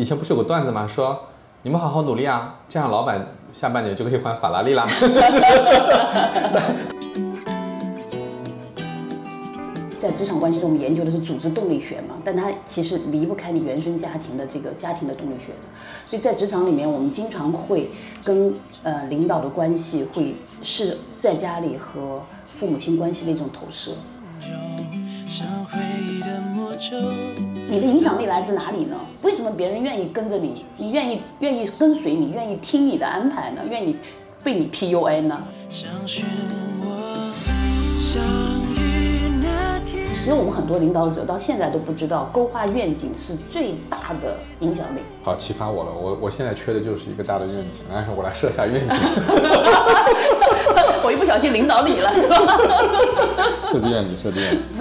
以前不是有个段子吗？说你们好好努力啊，这样老板下半年就可以换法拉利啦。 在职场关系中，我们研究的是组织动力学嘛，但它其实离不开你原生家庭的这个家庭的动力学的。所以在职场里面，我们经常会跟领导的关系会是在家里和父母亲关系的一种投射。你的影响力来自哪里呢？为什么别人愿意跟着你？你愿意跟随你，愿意听你的安排呢？愿意被你 PUA 呢？其实我们很多领导者到现在都不知道，勾画愿景是最大的影响力。 好，启发我了。我现在缺的就是一个大的愿景，但是我来设下愿景。 我一不小心领导你了，是吧？ 设计愿景，设计愿景。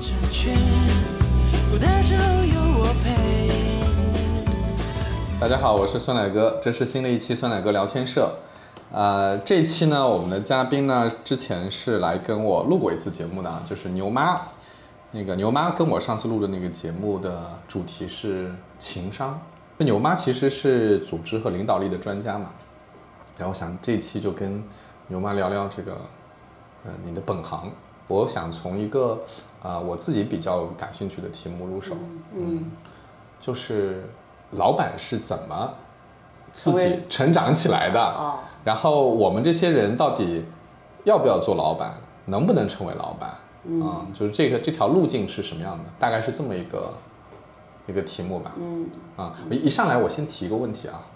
大家好，我是酸奶哥，这是新的一期酸奶哥聊天社。这一期呢，我们的嘉宾呢，之前是来跟我录过一次节目的，就是牛妈。那个牛妈跟我上次录的那个节目的主题是情商。牛妈其实是组织和领导力的专家嘛，然后我想这一期就跟牛妈聊聊这个，你的本行。我想从一个我自己比较感兴趣的题目入手，就是老板是怎么自己成长起来的，然后我们这些人到底要不要做老板，能不能成为老板？就是这条路径是什么样的？大概是这么一个题目吧。一上来我先提一个问题啊，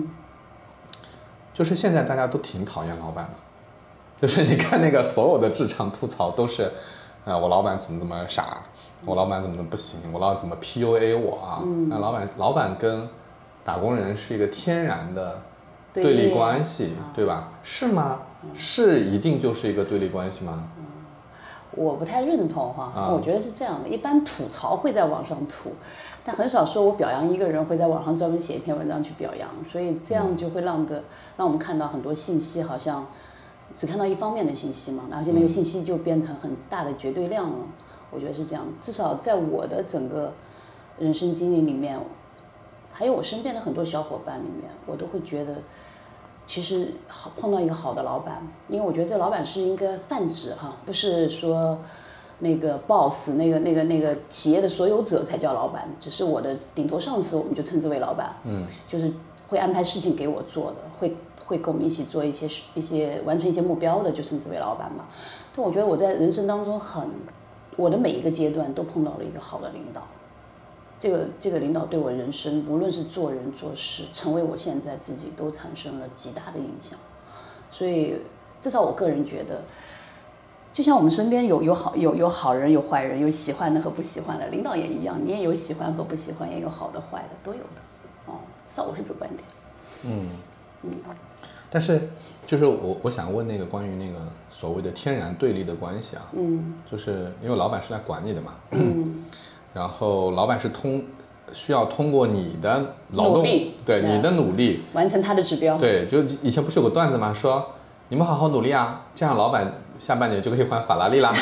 就是现在大家都挺讨厌老板的，就是你看那个所有的职场吐槽都是，我老板怎么这么傻，我老板怎么不行，我老板怎么 PUA 我啊？那老板跟打工人是一个天然的对立关系，对吧？是吗？是一定就是一个对立关系吗？ 我不太认同哈，我觉得是这样的，一般吐槽会在网上吐，但很少说我表扬一个人会在网上专门写一篇文章去表扬，所以这样就会让我们看到很多信息好像只看到一方面的信息嘛，而且那个信息就变成很大的绝对量了。我觉得是这样，至少在我的整个人生经历里面，还有我身边的很多小伙伴里面，我都会觉得其实碰到一个好的老板，因为我觉得这个老板是应该泛指哈，不是说那个 boss 那个企业的所有者才叫老板，只是我的顶头上司我们就称之为老板，就是会安排事情给我做的，会跟我们一起做一些完成一些目标的，就称之为老板嘛。但我觉得我在人生当中我的每一个阶段都碰到了一个好的领导。这个领导对我人生，无论是做人做事，成为我现在自己，都产生了极大的影响。所以至少我个人觉得，就像我们身边有好人有坏人，有喜欢的和不喜欢的，领导也一样，你也有喜欢和不喜欢，也有好的坏的，都有的。至少我是这个观点。 但是就是我想问那个关于那个所谓的天然对立的关系啊，就是因为老板是来管你的嘛，然后老板是需要通过你的劳动，对你的努力完成他的指标。 对，就以前不是有个段子吗？说你们好好努力啊，这样老板下半年就可以换法拉利啦。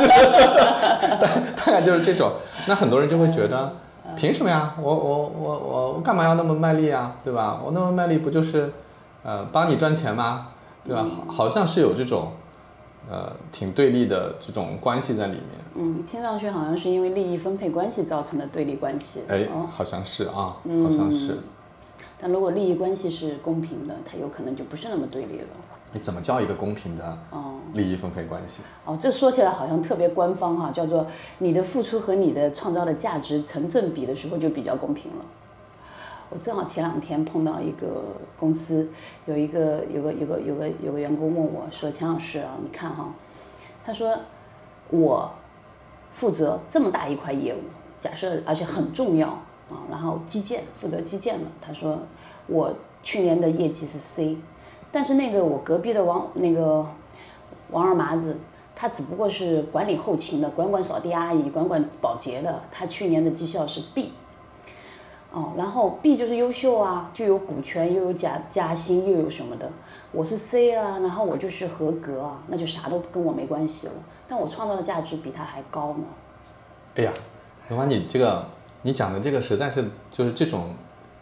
大概就是这种。那很多人就会觉得，凭什么呀？我干嘛要那么卖力啊？对吧？我那么卖力不就是帮你赚钱吗？对吧？好像是有这种挺对立的这种关系在里面。 听上去好像是因为利益分配关系造成的对立关系。 好像是啊，好像是。 但如果利益关系是公平的，它有可能就不是那么对立了。 你怎么叫一个公平的利益分配关系？ 这说起来好像特别官方哈，叫做你的付出和你的创造的价值成正比的时候就比较公平了。我正好前2天碰到一个公司，有个员工问我说：“钱老师啊，你看哈，他说我负责这么大一块业务，假设而且很重要然后负责基建了。他说我去年的业绩是 C， 但是那个我隔壁的王二麻子，他只不过是管理后勤的，管扫地阿姨，管保洁的，他去年的绩效是 B。”然后 B 就是优秀啊，就有股权，又有加薪，又有什么的。我是 C 啊，然后我就是合格啊，那就啥都跟我没关系了。但我创造的价值比他还高呢。 哎呀，刘妈，你讲的这个实在是就是这种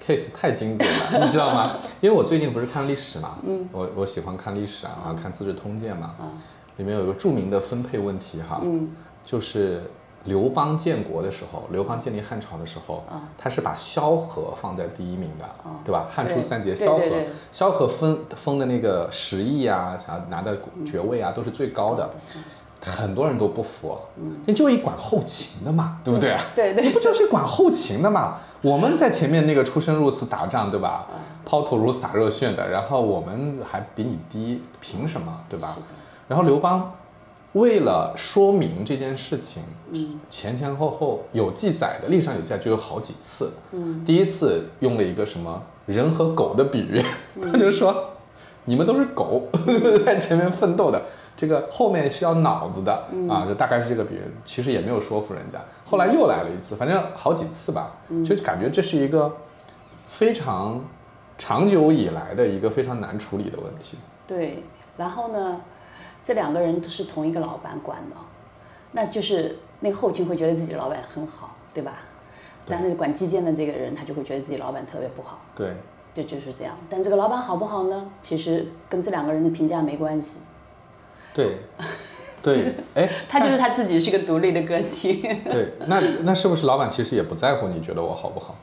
case 太经典了，你知道吗？因为我最近不是看历史嘛，我喜欢看历史啊，然后看《资治通鉴》嘛，里面有一个著名的分配问题哈，就是刘邦建国的时候，刘邦建立汉朝的时候，他是把萧何放在第一名的，对吧？汉初3杰，萧何封的那个10邑啊，然后拿的爵位啊，都是最高的。很多人都不服，你就一管后勤的嘛，对不对？ 对， 你不就是管后勤的嘛？我们在前面那个出生入死打仗，对吧？抛头颅洒热血的，然后我们还比你低，凭什么，对吧？然后刘邦为了说明这件事情，前前后后有记载的，历史上有记载就有好几次。第一次用了一个什么人和狗的比喻，他就说你们都是狗，在前面奋斗的。这个后面是要脑子的啊，就大概是这个比喻，其实也没有说服人家。后来又来了一次，反正好几次吧，就感觉这是一个非常长久以来的一个非常难处理的问题。 对，然后呢，这2个人都是同一个老板管的，那就是那个后勤会觉得自己的老板很好，对吧？但是管基建的这个人，他就会觉得自己老板特别不好。 对， 这就是这样。但这个老板好不好呢？其实跟这2个人的评价没关系。 对，哎， 他就是他自己是个独立的个体。 对，那是不是老板其实也不在乎你觉得我好不好？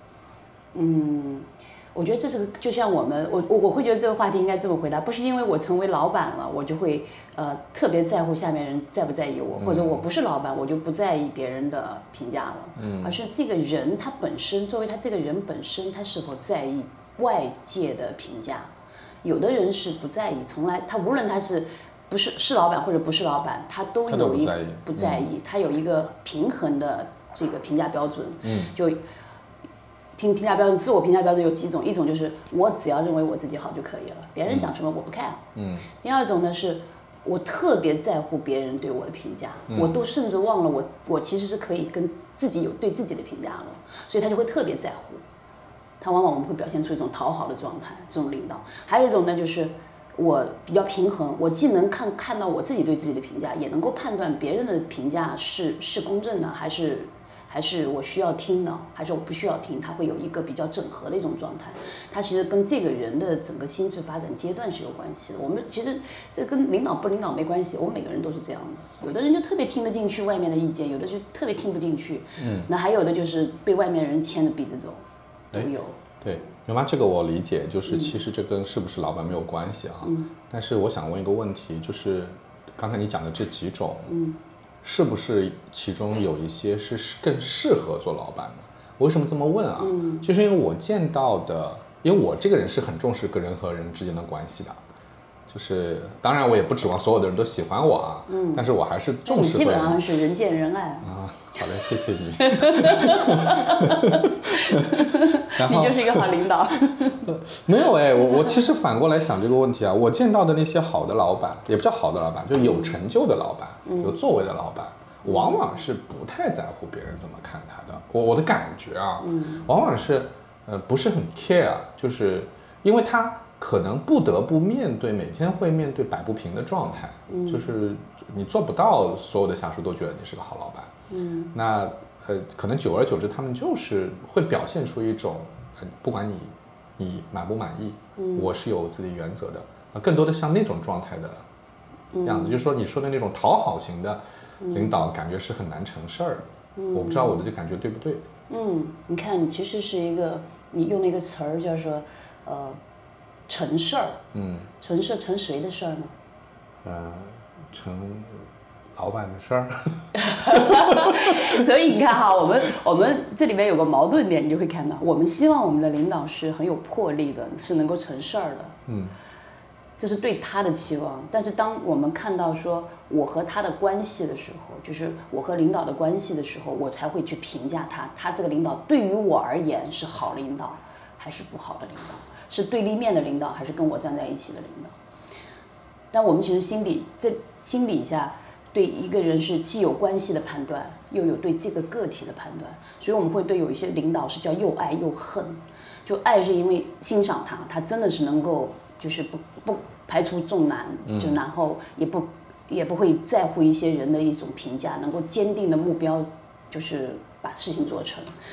我觉得这是个，就像我会觉得这个话题应该这么回答，不是因为我成为老板了，我就会特别在乎下面人在不在意我，或者我不是老板，我就不在意别人的评价了，而是这个人他本身，作为他这个人本身，他是否在意外界的评价。有的人是不在意，从来他无论他是不是老板或者不是老板，他都有一不在意，他有一个平衡的这个评价标准，就评价标准，自我评价标准有几种，一种就是我只要认为我自己好就可以了，别人讲什么我不看。第二种呢是我特别在乎别人对我的评价，我都甚至忘了我其实是可以跟自己有对自己的评价了，所以他就会特别在乎。他往往我们会表现出一种讨好的状态，这种领导。还有一种呢就是我比较平衡，我既能看到我自己对自己的评价，也能够判断别人的评价是公正的还是我需要听的，还是我不需要听，它会有一个比较整合的一种状态。它其实跟这个人的整个心智发展阶段是有关系的。我们其实这跟领导不领导没关系，我们每个人都是这样的。有的人就特别听得进去外面的意见，有的就特别听不进去。那还有的就是被外面人牵着鼻子走，都有。 对，牛妈，这个我理解，就是其实这跟是不是老板没有关系啊。但是我想问一个问题，就是刚才你讲的这几种，是不是其中有一些是更适合做老板的？我为什么这么问啊？就是因为我见到的，因为我这个人是很重视个人和人之间的关系的，就是当然我也不指望所有的人都喜欢我啊，但是我还是重视。 你基本上是人见人爱啊。好的，谢谢你。 你就是一个好领导。 没有哎，我其实反过来想这个问题啊，我见到的那些好的老板，也不叫好的老板，就有成就的老板，有作为的老板，往往是不太在乎别人怎么看他的。我的感觉啊，往往是不是很 care， 就是因为他可能不得不面对每天会面对摆不平的状态，就是你做不到所有的下属都觉得你是个好老板。那可能久而久之，他们就是会表现出一种，不管你满不满意，我是有自己原则的，更多的像那种状态的样子，就是说你说的那种讨好型的领导，感觉是很难成事儿。我不知道我的这感觉对不对？ 你看，你其实是一个，你用了一个词儿叫做成事儿。成事成谁的事儿呢？ 成老板的事儿。 所以你看哈，我们这里面有个矛盾点，你就会看到，我们希望我们的领导是很有魄力的，是能够成事儿的。这是对他的期望。但是当我们看到说我和他的关系的时候，就是我和领导的关系的时候，我才会去评价他这个领导对于我而言是好领导还是不好的领导，是对立面的领导还是跟我站在一起的领导。但我们其实心底下对一个人是既有关系的判断，又有对这个个体的判断，所以我们会对有一些领导是叫又爱又恨。就爱是因为欣赏他真的是能够就是不排除重难，就然后也不会在乎一些人的一种评价，能够坚定的目标就是把事情做成。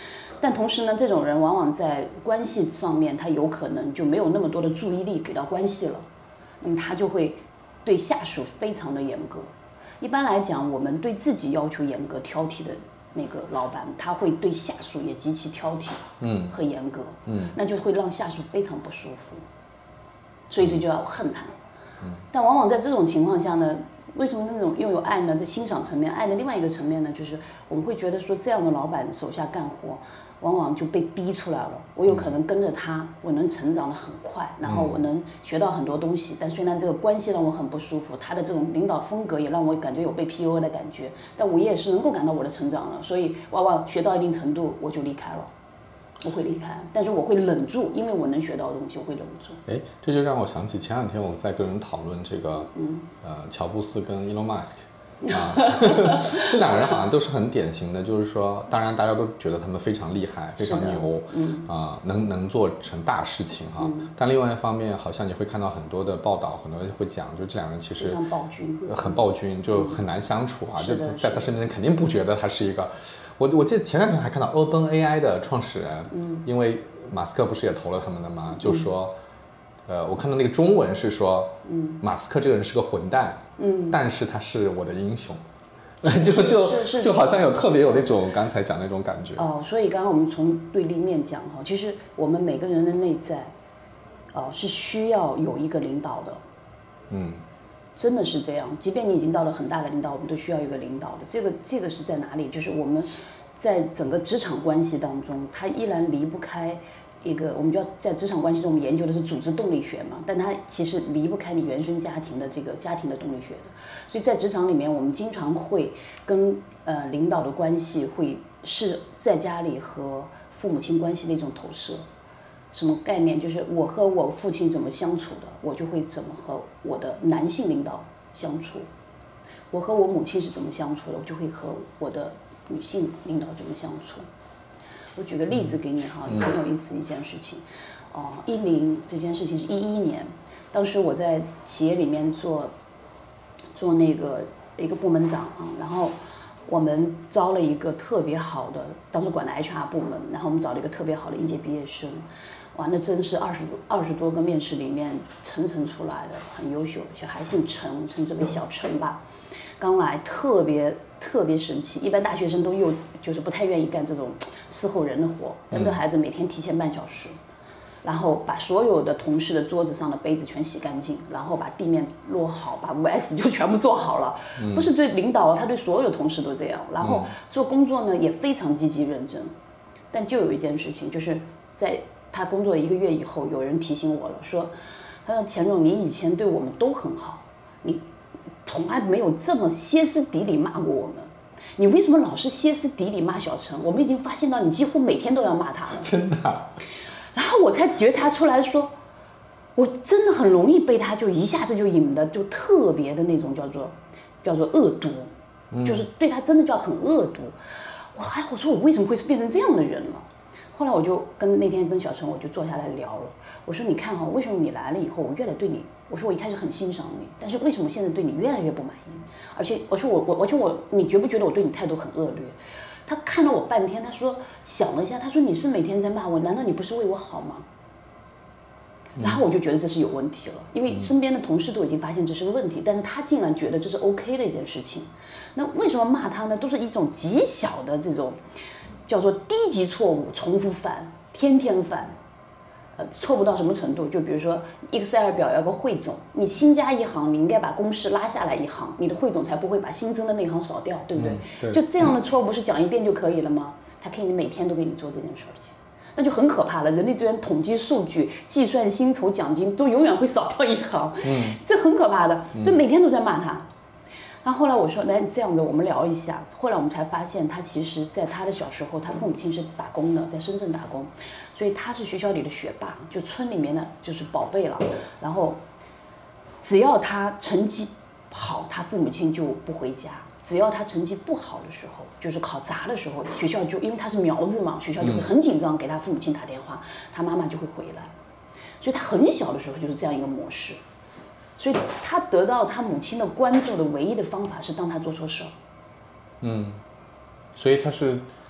但同时呢，这种人往往在关系上面，他有可能就没有那么多的注意力给到关系了，那么他就会对下属非常的严格。一般来讲，我们对自己要求严格、挑剔的那个老板，他会对下属也极其挑剔，和严格，那就会让下属非常不舒服，所以这就要恨他。但往往在这种情况下呢，为什么那种又有爱呢？在欣赏层面，爱的另外一个层面呢，就是我们会觉得说，这样的老板手下干活，往往就被逼出来了。我有可能跟着他，我能成长得很快，然后我能学到很多东西。但虽然这个关系让我很不舒服，他的这种领导风格也让我感觉有被 PUA 的感觉，但我也是能够感到我的成长了。所以往往学到一定程度，我就离开了。我会离开，但是我会忍住，因为我能学到的东西，我会忍住。 这就让我想起前两天我在跟人讨论这个，乔布斯跟 Elon Musk，这两个人好像都是很典型的，就是说，当然大家都觉得他们非常厉害，非常牛，能做成大事情哈。但另外一方面，好像你会看到很多的报道，很多人会讲，就这两个人其实很暴君，就很难相处啊。就在他身边肯定不觉得他是一个。我记得前两天还看到 OpenAI 的创始人，因为马斯克不是也投了他们的吗？就说，我看到那个中文是说，马斯克这个人是个混蛋，但是他是我的英雄，就好像有特别有那种刚才讲那种感觉。 所以刚刚我们从对立面讲哈，其实我们每个人的内在，是需要有一个领导的，真的是这样。即便你已经到了很大的领导，我们都需要一个领导的。这个是在哪里？就是我们在整个职场关系当中，它依然离不开一个，我们就要在职场关系中，我们研究的是组织动力学嘛，但它其实离不开你原生家庭的这个家庭的动力学的。所以在职场里面，我们经常会跟领导的关系会是在家里和父母亲关系的一种投射。什么概念？就是我和我父亲怎么相处的，我就会怎么和我的男性领导相处；我和我母亲是怎么相处的，我就会和我的女性领导怎么相处。我举个例子给你哈，很有意思一件事情。10这件事情是11年，当时我在企业里面做那个一个部门长啊，然后我们招了一个特别好的，当时管的 HR 部门，然后我们找了一个特别好的应届毕业生。哇，那真是20多个面试里面层出来的，很优秀。小孩姓陈，称之为小陈吧。刚来特别神奇，一般大学生都就是不太愿意干这种伺候人的活，但这孩子每天提前半小时，然后把所有的同事的桌子上的杯子全洗干净，然后把地面落好，把5S 就全部做好了。不是对领导，他对所有同事都这样。然后做工作呢也非常积极认真，但就有一件事情，就是在他工作1个月以后，有人提醒我了，说，他说钱总，你以前对我们都很好，你从来没有这么歇斯底里骂过我们，你为什么老是歇斯底里骂小陈？我们已经发现到你几乎每天都要骂他了。 真的。 然后我才觉察出来说，我真的很容易被他就一下子就引的就特别的那种叫做恶毒，就是对他真的叫很恶毒。我说我为什么会变成这样的人了？后来我就那天跟小陈我就坐下来聊了，我说你看哈，为什么你来了以后我越来对你，我说我一开始很欣赏你，但是为什么现在对你越来越不满意？而且我说你觉不觉得我对你态度很恶劣？他看了我半天，他说想了一下，他说你是每天在骂我，难道你不是为我好吗？然后我就觉得这是有问题了，因为身边的同事都已经发现这是个问题，但是他竟然觉得这是 OK 的一件事情。那为什么骂他呢？都是一种极小的这种叫做低级错误，重复犯，天天犯。错误到什么程度？就比如说 Excel 表要个汇总，你新加一行，你应该把公式拉下来一行，你的汇总才不会把新增的那行少掉，对不对？ 对。 就这样的错误不是讲一遍就可以了吗？他可以每天都给你做这件事情，那就很可怕了。人力资源统计数据、计算薪酬奖金都永远会少掉一行，这很可怕的。所以每天都在骂他。然后后来我说，来这样的我们聊一下。后来我们才发现，他其实在他的小时候，他父母亲是打工的，在深圳打工，所以他是学校里的学霸，就村里面的就是宝贝了。然后只要他成绩好，他父母亲就不回家；只要他成绩不好的时候，就是考砸的时候，学校就因为他是苗子嘛，学校就会很紧张，给他父母亲打电话，他妈妈就会回来。所以他很小的时候就是这样一个模式。所以他得到他母亲的关注的唯一的方法是当他做错事儿。 所以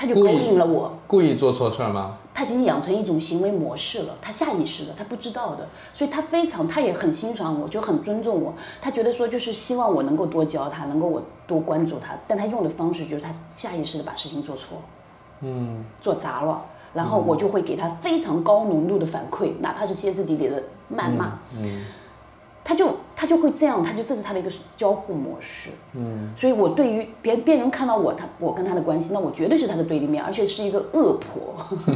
他就勾引了我。 故意做错事吗？ 他已经养成一种行为模式了，他下意识的，他不知道的，所以他也很欣赏我，就很尊重我。他觉得说就是希望我能够多教他，能够我多关注他，但他用的方式就是他下意识的把事情做错，做砸了，然后我就会给他非常高浓度的反馈，哪怕是歇斯底里的谩骂。他就会这样，这是他的一个交互模式。所以我对于别人看到我跟他的关系，那我绝对是他的对立面，而且是一个恶婆，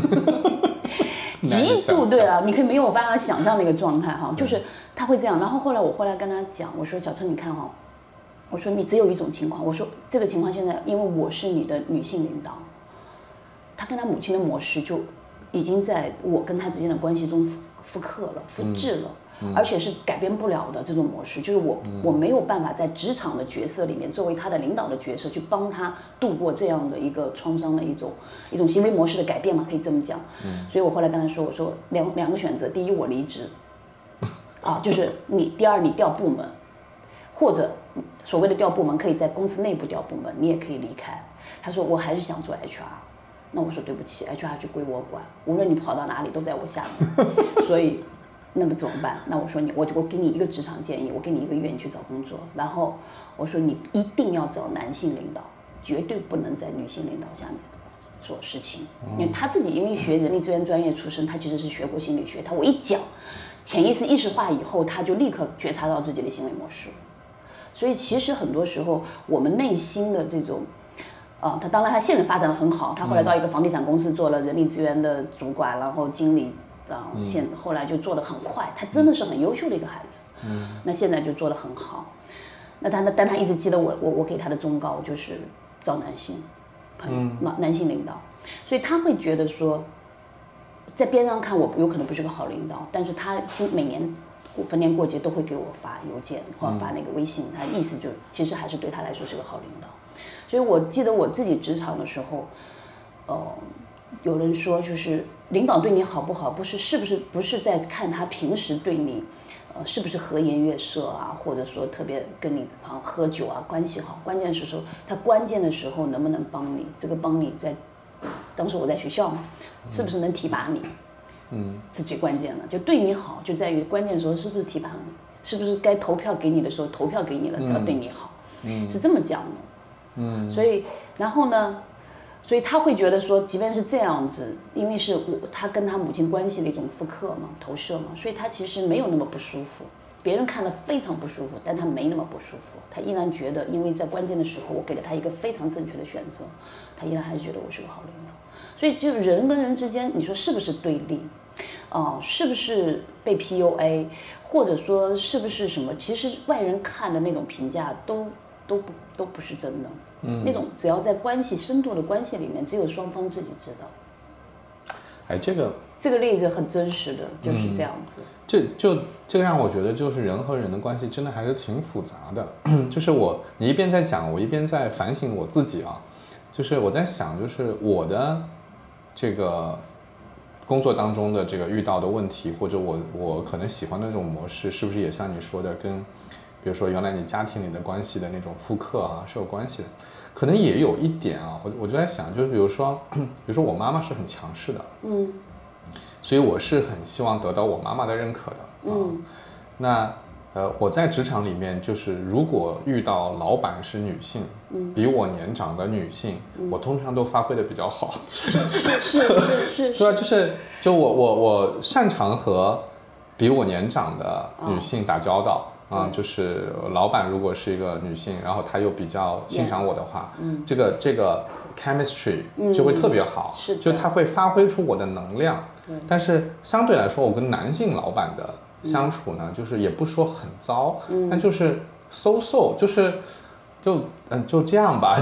极度对啊，你可以没有办法想象那个状态哈，就是他会这样。然后我后来跟他讲，我说小陈你看哈，我说你只有一种情况，我说这个情况现在因为我是你的女性领导，他跟他母亲的模式就已经在我跟他之间的关系中复刻了、复制了。而且是改变不了的这种模式，就是我没有办法在职场的角色里面，作为他的领导的角色去帮他度过这样的一个创伤的一种行为模式的改变嘛，可以这么讲。所以我后来跟他说，我说两个选择，第一我离职，就是第二你调部门，或者所谓的调部门可以在公司内部调部门，你也可以离开。他说我还是想做 HR， 那我说对不起 ，HR 就归我管，无论你跑到哪里都在我下面，所以。那么怎么办？那我说我给你一个职场建议，我给你一个月你去找工作，然后我说你一定要找男性领导，绝对不能在女性领导下面做事情。因为他自己因为学人力资源专业出身，他其实是学过心理学，我一讲，潜意识意识化以后，他就立刻觉察到自己的行为模式。所以其实很多时候我们内心的这种，他当然他现在发展得很好，他后来到一个房地产公司做了人力资源的主管，然后经理。后来就做得很快，他真的是很优秀的一个孩子。那现在就做得很好。但他一直记得我给他的忠告就是找男性，男性领导，所以他会觉得说，在边上看我有可能不是个好领导，但是他每年逢年过节都会给我发邮件或者发那个微信，他意思就其实还是对他来说是个好领导。所以我记得我自己职场的时候，有人说就是领导对你好不好，不是在看他平时对你，是不是和颜悦色啊，或者说特别跟你好像喝酒啊关系好，关键是说他关键的时候能不能帮你，这个帮你在，当时我在学校嘛，是不是能提拔你，是最关键的，就对你好就在于关键时候是不是提拔你，是不是该投票给你的时候投票给你了才要对你好，是这么讲的，所以然后呢？所以他会觉得说，即便是这样子，因为是他跟他母亲关系的一种复刻嘛、投射嘛，所以他其实没有那么不舒服。别人看了非常不舒服，但他没那么不舒服。他依然觉得，因为在关键的时候，我给了他一个非常正确的选择，他依然还是觉得我是个好领导。所以，就人跟人之间，你说是不是对立？是不是被 PUA， 或者说是不是什么？其实外人看的那种评价都不是真的。那种只要在深度的关系里面，只有双方自己知道。 哎，这个例子很真实的，就是这样子。 这个让我觉得，就是人和人的关系真的还是挺复杂的。就是你一边在讲，我一边在反省我自己啊。就是我在想，就是我的这个工作当中的这个遇到的问题，或者我可能喜欢的那种模式，是不是也像你说的跟比如说原来你家庭里的关系的那种复刻啊是有关系的，可能也有一点啊，我就在想，就是比如说我妈妈是很强势的，所以我是很希望得到我妈妈的认可的，那我在职场里面，就是如果遇到老板是女性，比我年长的女性，我通常都发挥的比较好， 是， 对吧？就我擅长和比我年长的女性打交道。就是老板如果是一个女性，然后她又比较欣赏我的话，这个 chemistry 就会特别好，就她会发挥出我的能量。但是相对来说，我跟男性老板的相处呢，就是也不说很糟，但就是so，就这样吧，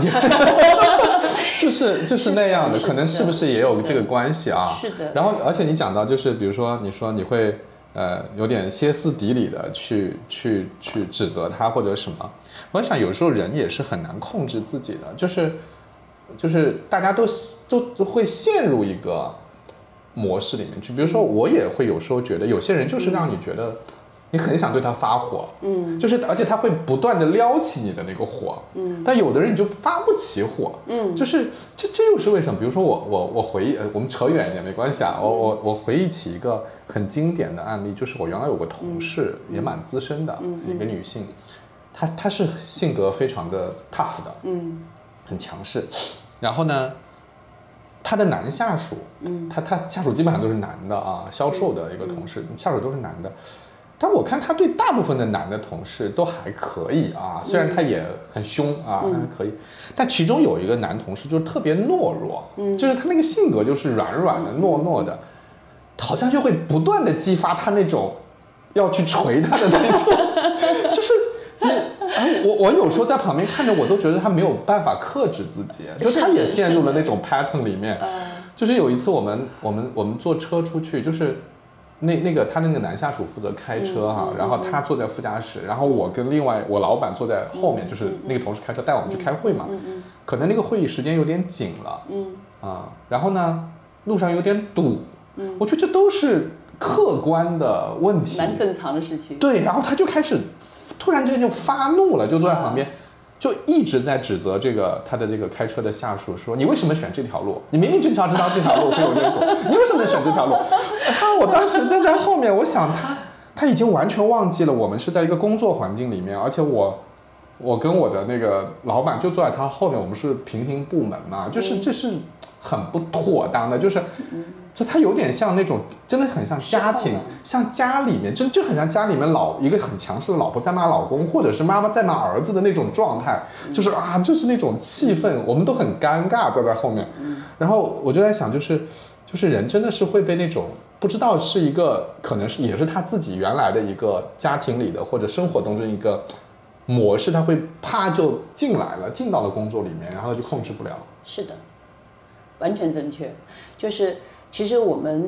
就是那样的，可能是不是也有这个关系啊？ 是的。 然后而且你讲到就是比如说你说你会。有点歇斯底里的去指责他或者什么，我想有时候人也是很难控制自己的，就是大家都会陷入一个模式里面去。比如说我也会有时候觉得有些人就是让你觉得你很想对他发火，就是而且他会不断的撩起你的那个火，但有的人你就发不起火，就是这又是为什么？比如说我回忆，我们扯远一点没关系啊，我回忆起一个很经典的案例，就是我原来有个同事，也蛮资深的一个女性，她是性格非常的 tough 的，很强势，然后呢，她的男下属，她下属基本上都是男的啊，销售的一个同事，下属都是男的。但我看他对大部分的男的同事都还可以啊，虽然他也很凶啊，但还可以。但其中有一个男同事就是特别懦弱，就是他那个性格就是软软的、懦懦的，好像就会不断的激发他那种要去捶他的那种，就是我有时候在旁边看着，我都觉得他没有办法克制自己，就他也陷入了那种 pattern 里面。就是有一次我们坐车出去，就是那个他那个男下属负责开车哈，然后他坐在副驾驶，然后我跟另外我老板坐在后面，就是那个同事开车带我们去开会嘛，可能那个会议时间有点紧了，然后呢路上有点堵，我觉得这都是客观的问题， 蛮正常的事情。 对，然后他就开始突然之间就发怒了，就坐在旁边。就一直在指责他的这个开车的下属说，你为什么选这条路？你明明正常知道这条路会有结果，你为什么选这条路？我当时站在后面，我想他已经完全忘记了我们是在一个工作环境里面，而且我跟我的那个老板就坐在他后面，我们是平行部门嘛，就是这是很不妥当的，就他有点像那种，真的很像家庭，像家里面，就很像家里面一个很强势的老婆在骂老公，或者是妈妈在骂儿子的那种状态，就是那种气氛，我们都很尴尬坐在后面。然后我就在想，就是人真的是会被那种不知道是一个可能是也是他自己原来的一个家庭里的或者生活当中一个模式，他会啪就进到了工作里面，然后就控制不了。 是的，完全正确，就是其实我们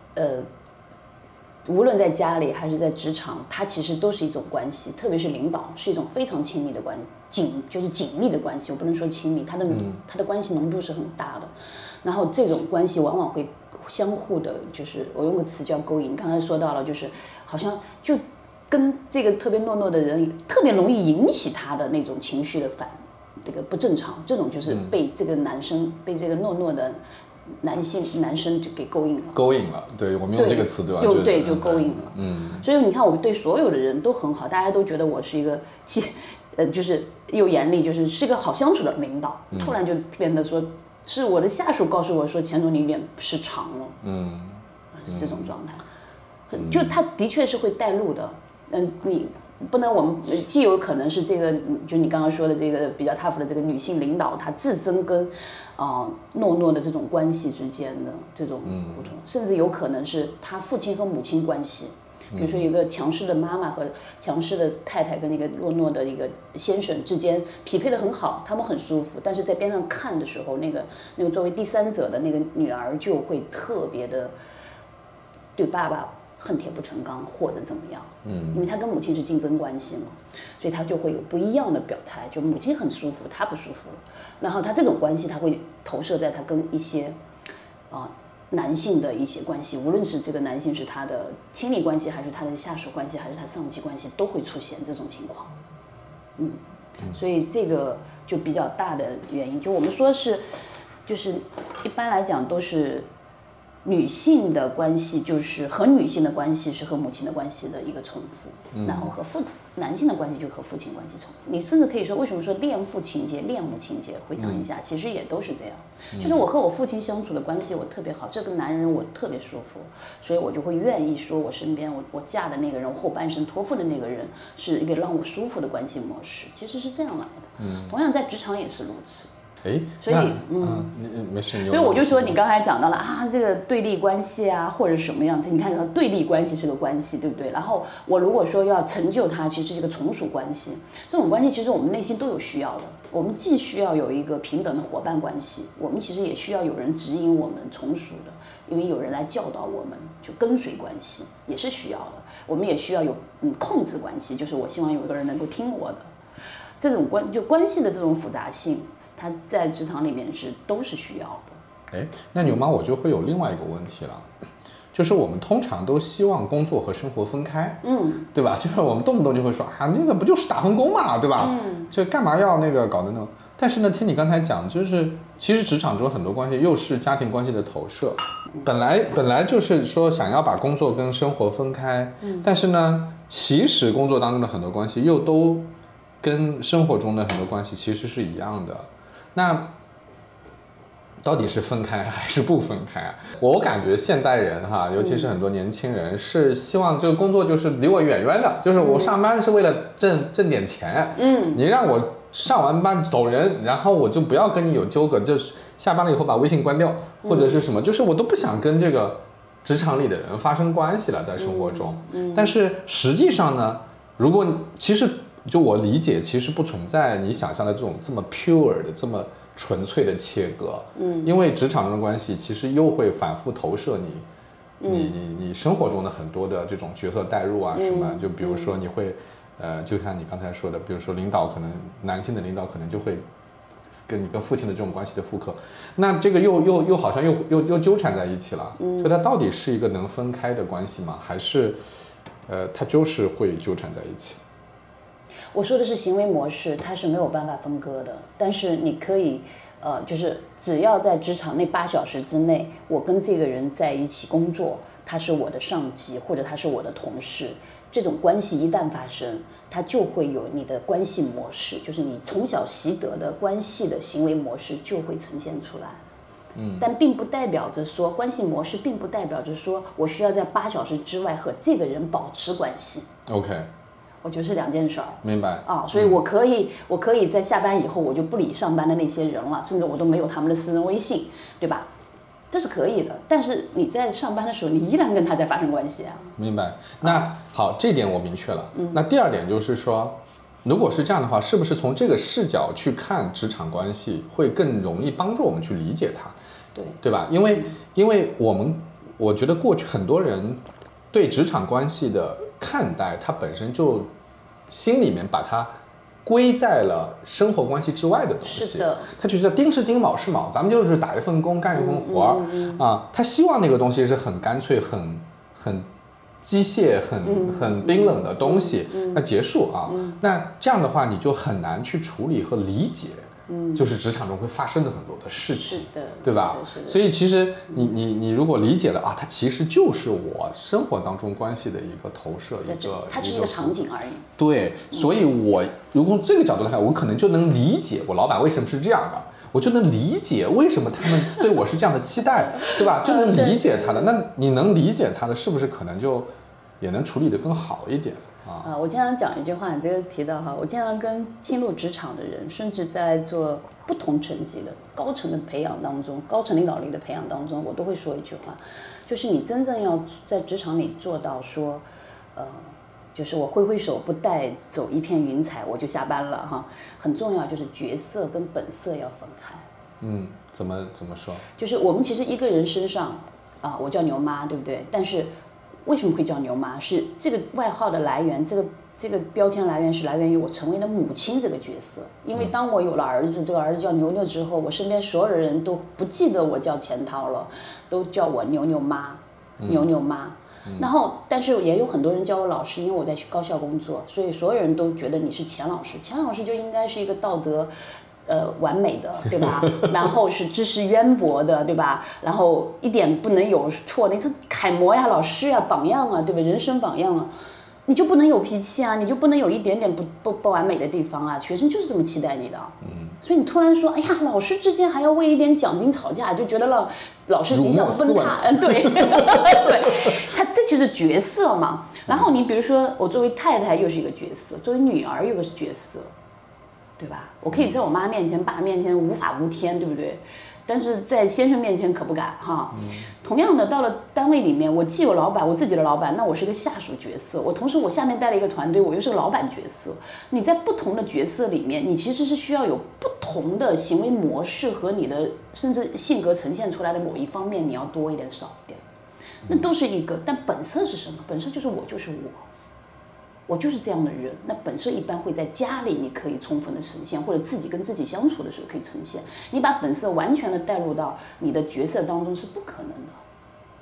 无论在家里还是在职场，它其实都是一种关系，特别是领导是一种非常亲密的关系，就是紧密的关系。我不能说亲密，它的关系浓度是很大的。然后这种关系往往会相互的，就是我用个词叫勾引。刚才说到了，就是好像就跟这个特别懦弱的人特别容易引起他的那种情绪的这个不正常，这种就是被这个男生被这个懦弱的男生就给勾引了， 对，我们用这个词对吧？ 对，就勾引了。所以你看，我对所有的人都很好，大家都觉得我是一个就是又严厉，是个好相处的领导。突然就变得说，是我的下属告诉我说，钱总你有点失常了，是这种状态。就他的确是会带路的，你不能，我们既有可能是这个，就你刚刚说的这个比较 tough 的这个女性领导，她自身跟懦弱的这种关系之间的这种互动，甚至有可能是她父亲和母亲关系，比如说一个强势的妈妈和强势的太太跟那个懦弱的一个先生之间匹配得很好，他们很舒服，但是在边上看的时候，那个作为第三者的那个女儿就会特别的对爸爸恨铁不成钢或者怎么样，因为他跟母亲是竞争关系嘛，所以他就会有不一样的表态，就母亲很舒服，他不舒服，然后他这种关系他会投射在他跟一些男性的一些关系，无论是这个男性是他的亲密关系，还是他的下属关系，还是他上级关系，都会出现这种情况，所以这个就比较大的原因，就我们说是，就是一般来讲都是。女性的关系就是和女性的关系是和母亲的关系的一个重复，然后和男性的关系就和父亲关系重复。你甚至可以说，为什么说恋父情节、恋母情节？回想一下，其实也都是这样。就是我和我父亲相处的关系我特别好，这个男人我特别舒服，所以我就会愿意说，我身边我嫁的那个人，我后半生托付的那个人是一个让我舒服的关系模式，其实是这样来的。同样在职场也是如此。 所以没事。 所以我就说，你刚才讲到了这个对立关系啊，或者什么样子，你看对立关系是个关系，对不对？然后我如果说要成就它，其实是一个从属关系。这种关系其实我们内心都有需要的，我们既需要有一个平等的伙伴关系，我们其实也需要有人指引我们从属的，因为有人来教导我们，就跟随关系也是需要的。我们也需要有控制关系，就是我希望有一个人能够听我的。这种关系的这种复杂性。它在职场里面都是需要的。 那牛妈我就会有另外一个问题了， 就是我们通常都希望工作和生活分开，对吧？就是我们动不动就会说啊，那个不就是打份工嘛，对吧？就干嘛要那个搞的那种？但是呢，听你刚才讲，就是其实职场中很多关系又是家庭关系的投射，本来就是说想要把工作跟生活分开，但是呢，其实工作当中的很多关系又都跟生活中的很多关系其实是一样的，那到底是分开还是不分开啊？我感觉现代人哈，尤其是很多年轻人，是希望这个工作就是离我远远的，就是我上班是为了挣点钱，你让我上完班走人，然后我就不要跟你有纠葛，就是下班了以后把微信关掉，或者是什么，就是我都不想跟这个职场里的人发生关系了，在生活中。但是实际上呢，如果其实就我理解，其实不存在你想象的这种这么 pure 的这么纯粹的切割，因为职场中的关系其实又会反复投射你生活中的很多的这种角色代入啊什么，就比如说你会就像你刚才说的，比如说领导可能男性的领导可能就会跟你跟父亲的这种关系的复刻，那这个又好像又纠缠在一起了，所以它到底是一个能分开的关系吗？还是它就是会纠缠在一起？ 我说的是行为模式，它是没有办法分割的，但是你可以，就是只要在职场那8小时之内，我跟这个人在一起工作，他是我的上级或者他是我的同事，这种关系一旦发生，它就会有你的关系模式，就是你从小习得的关系的行为模式就会呈现出来。但并不代表着说关系模式，并不代表着说我需要在8小时之外和这个人保持关系。 OK。 我觉得是2件事儿， 明白啊，所以我可以在下班以后我就不理上班的那些人了，甚至我都没有他们的私人微信，对吧？这是可以的，但是你在上班的时候，你依然跟他在发生关系啊。 明白。那好，这点我明确了。那第二点就是说，如果是这样的话，是不是从这个视角去看职场关系，会更容易帮助我们去理解它？对吧？因为我觉得过去很多人对职场关系的看待，它本身就心里面把它归在了生活关系之外的东西。 是的， 他就觉得丁是丁，卯是卯，咱们就是打一份工，干一份活啊。他希望那个东西是很干脆、很机械、很冰冷的东西，那结束啊。那这样的话，你就很难去处理和理解。就是职场中会发生的很多的事情，对吧？所以其实你如果理解了啊，它其实就是我生活当中关系的一个投射， 它是一个场景而已。 对，所以我如果从这个角度来看，我可能就能理解我老板为什么是这样的，我就能理解为什么他们对我是这样的期待，对吧？就能理解他的。那你能理解他的，是不是可能就也能处理得更好一点？ 我经常讲一句话，你这个提到哈，我经常跟进入职场的人，甚至在做不同层级的高层的培养当中，高层领导力的培养当中，我都会说一句话，就是你真正要在职场里做到说，就是我挥挥手不带走一片云彩我就下班了哈，很重要，就是角色跟本色要分开。 怎么说？ 就是我们其实一个人身上我叫牛妈，对不对？但是为什么会叫牛妈？是这个外号的来源，这个标签来源是来源于我成为了母亲这个角色。因为当我有了儿子，这个儿子叫牛牛之后，我身边所有的人都不记得我叫钱涛了，都叫我牛牛妈，牛牛妈。然后，但是也有很多人叫我老师，因为我在高校工作，所以所有人都觉得你是钱老师。钱老师就应该是一个道德完美的，对吧？然后是知识渊博的，对吧？然后一点不能有错，你是楷模呀、老师呀、榜样啊，对吧？人生榜样啊，你就不能有脾气啊，你就不能有一点点不完美的地方啊。学生就是这么期待你的，所以你突然说，哎呀，老师之间还要为一点奖金吵架，就觉得老师形象崩塌，对，对，他这就是角色嘛。然后你比如说，我作为太太又是一个角色，作为女儿又是角色。对吧？我可以在我妈面前、爸面前无法无天，对不对？但是在先生面前可不敢哈。同样的，到了单位里面，我既有老板，我自己的老板，那我是个下属角色，我同时我下面带了一个团队，我又是个老板角色。你在不同的角色里面，你其实是需要有不同的行为模式和你的甚至性格呈现出来的某一方面，你要多一点少一点。那都是一个，但本色是什么？本色就是我就是我。我就是这样的人，那本色一般会在家里，你可以充分的呈现，或者自己跟自己相处的时候可以呈现。你把本色完全的带入到你的角色当中是不可能的，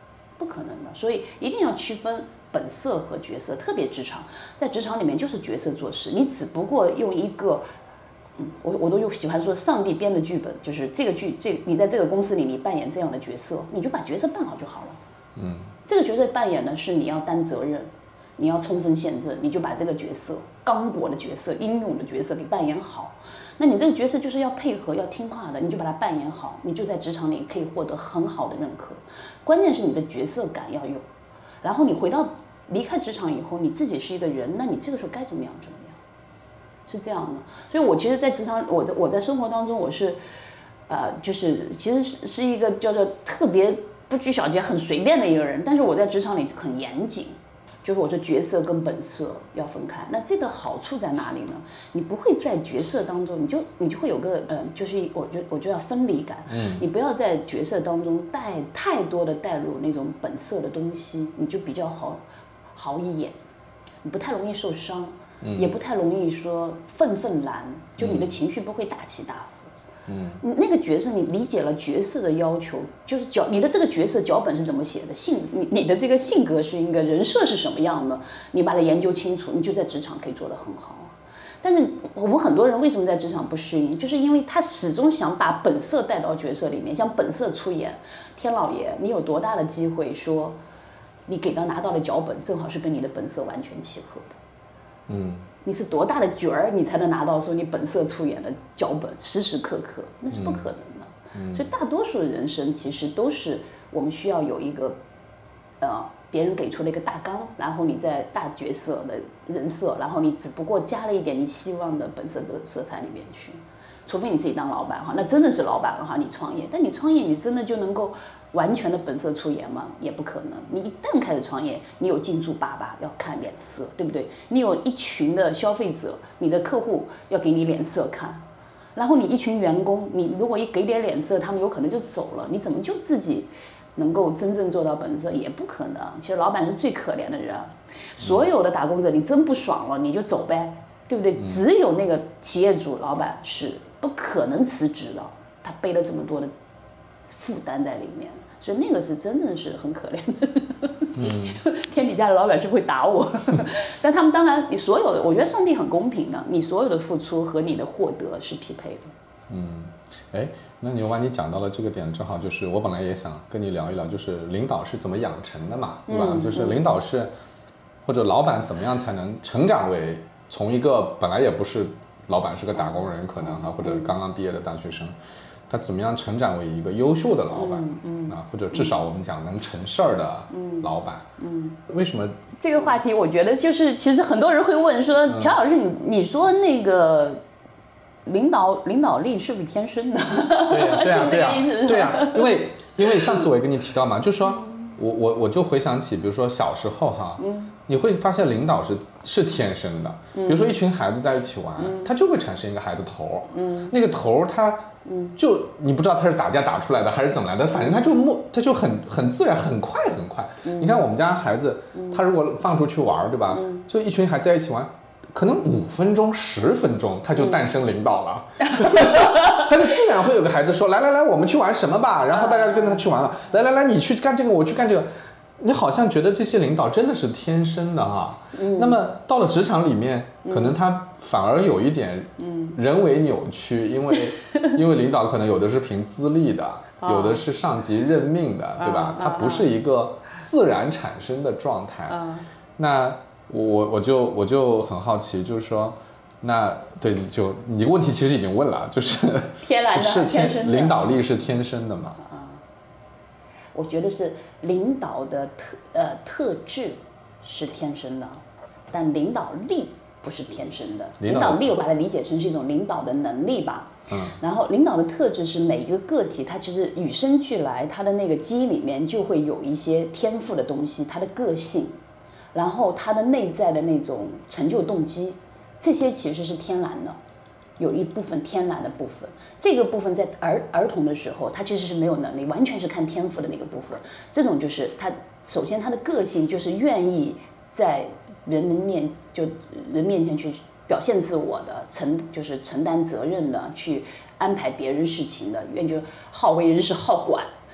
不可能的。所以一定要区分本色和角色，特别职场，在职场里面就是角色做事，你只不过用一个，我都喜欢说上帝编的剧本，就是这个你在这个公司里你扮演这样的角色，你就把角色扮好就好了。这个角色扮演呢是你要担责任，你要冲锋陷阵，你就把这个角色刚果的角色、英勇的角色给扮演好。那你这个角色就是要配合、要听话的，你就把它扮演好，你就在职场里可以获得很好的认可。关键是你的角色感要有，然后你离开职场以后，你自己是一个人，那你这个时候该怎么样怎么样，是这样的。所以我其实，在职场，我在生活当中，我是，就是其实是一个叫做特别不拘小节、很随便的一个人，但是我在职场里很严谨。就是我说角色跟本色要分开，那这个好处在哪里呢？你不会在角色当中，你就会有个就是我就要分离感，你不要在角色当中太多的带入那种本色的东西，你就比较好一演，你不太容易受伤，也不太容易说愤然，就你的情绪不会大起大伏。那个角色你理解了角色的要求，就是你的这个角色脚本是怎么写的，你的这个性格是一个人设是什么样的，你把它研究清楚，你就在职场可以做得很好。但是我们很多人为什么在职场不适应，就是因为他始终想把本色带到角色里面，像本色出演。天老爷，你有多大的机会说你拿到的脚本正好是跟你的本色完全契合的？你是多大的角儿，你才能拿到说你本色出演的脚本，时时刻刻，那是不可能的。所以大多数的人生其实都是我们需要有一个，别人给出了一个大纲，然后你在大角色的人设，然后你只不过加了一点你希望的本色的色彩里面去。除非你自己当老板哈，那真的是老板了哈，你创业，但你创业你真的就能够完全的本色出演吗？也不可能。你一旦开始创业，你有金主爸爸要看脸色，对不对？你有一群的消费者，你的客户要给你脸色看，然后你一群员工，你如果一给点脸色，他们有可能就走了，你怎么就自己能够真正做到本色？也不可能。其实老板是最可怜的人，所有的打工者，你真不爽了你就走呗，对不对？只有那个企业主老板是不可能辞职的，他背了这么多的负担在里面，所以那个是真正是很可怜的。天底下的老板是会打我，但他们当然，你所有的，我觉得上帝很公平的，你所有的付出和你的获得是匹配的。 那牛妈你讲到了这个点，正好就是我本来也想跟你聊一聊，就是领导是怎么养成的嘛，对吧？就是领导是或者老板怎么样才能成长为从一个本来也不是老板是个打工人可能或者刚刚毕业的大学生，他怎么样成长为一个优秀的老板或者至少我们讲能成事儿的老板。为什么这个话题我觉得就是其实很多人会问说，乔老师你说那个领导力是不是天生的？ 对呀，因为上次我也跟你提到嘛，就是说我就回想起，比如说小时候你会发现领导是天生的。比如说一群孩子在一起玩，他就会产生一个孩子头。那个头他就你不知道他是打架打出来的还是怎么来的，反正他就很自然，很快。你看我们家孩子，他如果放出去玩，对吧？就一群孩子在一起玩。可能5分钟、10分钟，他就诞生领导了。他就自然会有个孩子说：“来，我们去玩什么吧？”然后大家就跟他去玩了。来，你去干这个，我去干这个。你好像觉得这些领导真的是天生的哈。那么到了职场里面，可能他反而有一点人为扭曲，因为领导可能有的是凭资历的，有的是上级任命的，对吧？他不是一个自然产生的状态。那我就很好奇，就是说，那对，就你问题其实已经问了，就是天然的，天生的， 领导力是天生的嘛？ 我觉得是领导的特质是天生的，但领导力不是天生的。领导力我把它理解成是一种领导的能力吧。然后领导的特质是每一个个体，他其实与生俱来，他的那个基因里面就会有一些天赋的东西，他的个性。然后他的内在的那种成就动机，这些其实是天然的，有一部分天然的部分。这个部分在儿童的时候，他其实是没有能力，完全是看天赋的那个部分。这种就是他首先他的个性就是愿意在人面前去表现自我的，就是承担责任的，去安排别人事情的，愿意就好为人师好管。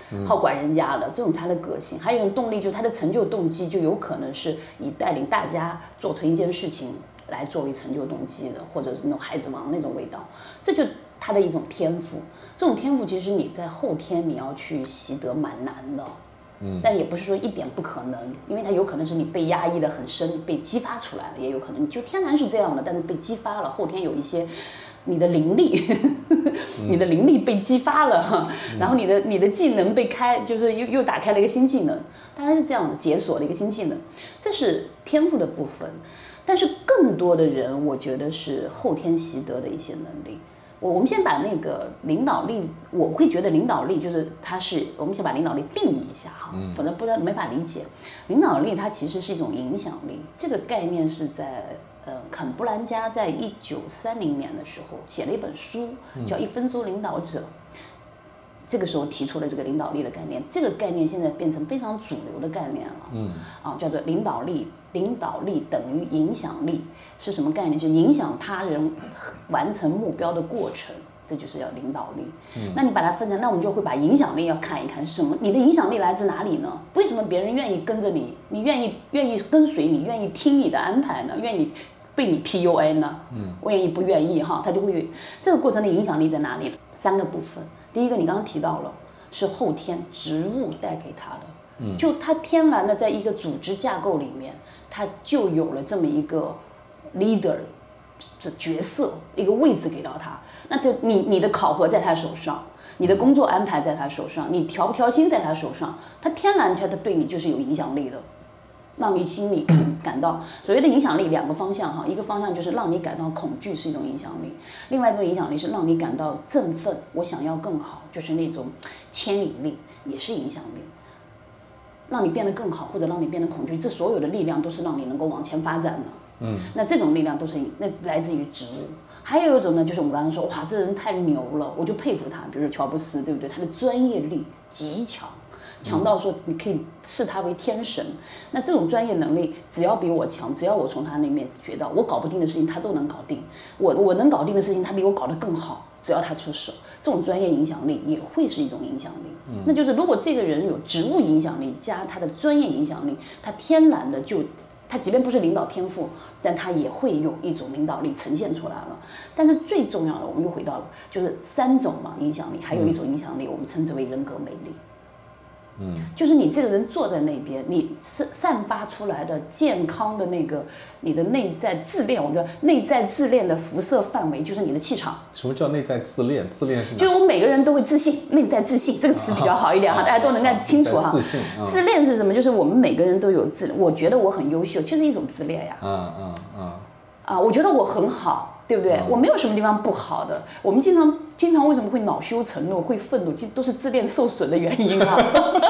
好管人家的，这种他的个性。还有一种动力，就是他的成就动机就有可能是以带领大家做成一件事情来作为成就动机的，或者是那种孩子王那种味道，这就他的一种天赋。这种天赋其实你在后天你要去习得蛮难的。但也不是说一点不可能，因为它有可能是你被压抑的很深，被激发出来了，也有可能你就天然是这样的，但是被激发了，后天有一些你的灵力，你的灵力被激发了，然后你的技能被就是又打开了一个新技能，大概是这样的，解锁了一个新技能，这是天赋的部分。但是更多的人，我觉得是后天习得的一些能力。我们先把那个领导力，我会觉得领导力就是我们先把领导力定义一下哈，否则不然没法理解。领导力它其实是一种影响力，这个概念是在肯布兰加在1930年的时候写了一本书，叫《1分钟领导者》。这个时候提出了这个领导力的概念，这个概念现在变成非常主流的概念了。叫做领导力等于影响力是什么概念？就是影响他人完成目标的过程，这就是要领导力。那你把它分成，那我们就会把影响力要看一看是什么？你的影响力来自哪里呢？为什么别人愿意跟着你？你愿意跟随你，愿意听你的安排呢？愿意被你 PUA 呢？愿意不愿意哈？他就会有这个过程的影响力在哪里？3个部分。第一个你刚刚提到了，是后天职务带给他的，就他天然的在一个组织架构里面，他就有了这么一个 leader 这角色，一个位置给到他，那就你的考核在他手上，你的工作安排在他手上，你调不调薪在他手上，他天然他对你就是有影响力的。让你心里感到所谓的影响力2个方向哈，一个方向就是让你感到恐惧是一种影响力，另外一种影响力是让你感到振奋，我想要更好，就是那种牵引力，也是影响力，让你变得更好或者让你变得恐惧，这所有的力量都是让你能够往前发展的。那这种力量都是来自于职务。还有一种呢，就是我们刚刚说，哇，这人太牛了，我就佩服他，比如说乔布斯，对不对？他的专业力极强。强到说你可以视他为天神，那这种专业能力只要比我强，只要我从他那边学到，我搞不定的事情他都能搞定，我能搞定的事情他比我搞得更好，只要他出手，这种专业影响力也会是一种影响力。那就是如果这个人有职务影响力加他的专业影响力，他天然的他即便不是领导天赋，但他也会有一种领导力呈现出来了。但是最重要的，我们又回到了就是3种嘛影响力，还有一种影响力我们称之为人格魅力。就是你这个人坐在那边，你散发出来的健康的那个你的内在自恋，我们说内在自恋的辐射范围就是你的气场。 什么叫内在自恋？自恋是哪？ 就是我们每个人都会自信，内在自信这个词比较好一点哈，大家都能看清楚哈。 自信。 自恋是什么？就是我们每个人都有我觉得我很优秀，就是一种自恋呀。我觉得我很好，对不对？我没有什么地方不好的。我们经常为什么会恼羞成怒、会愤怒，都是自恋受损的原因啊。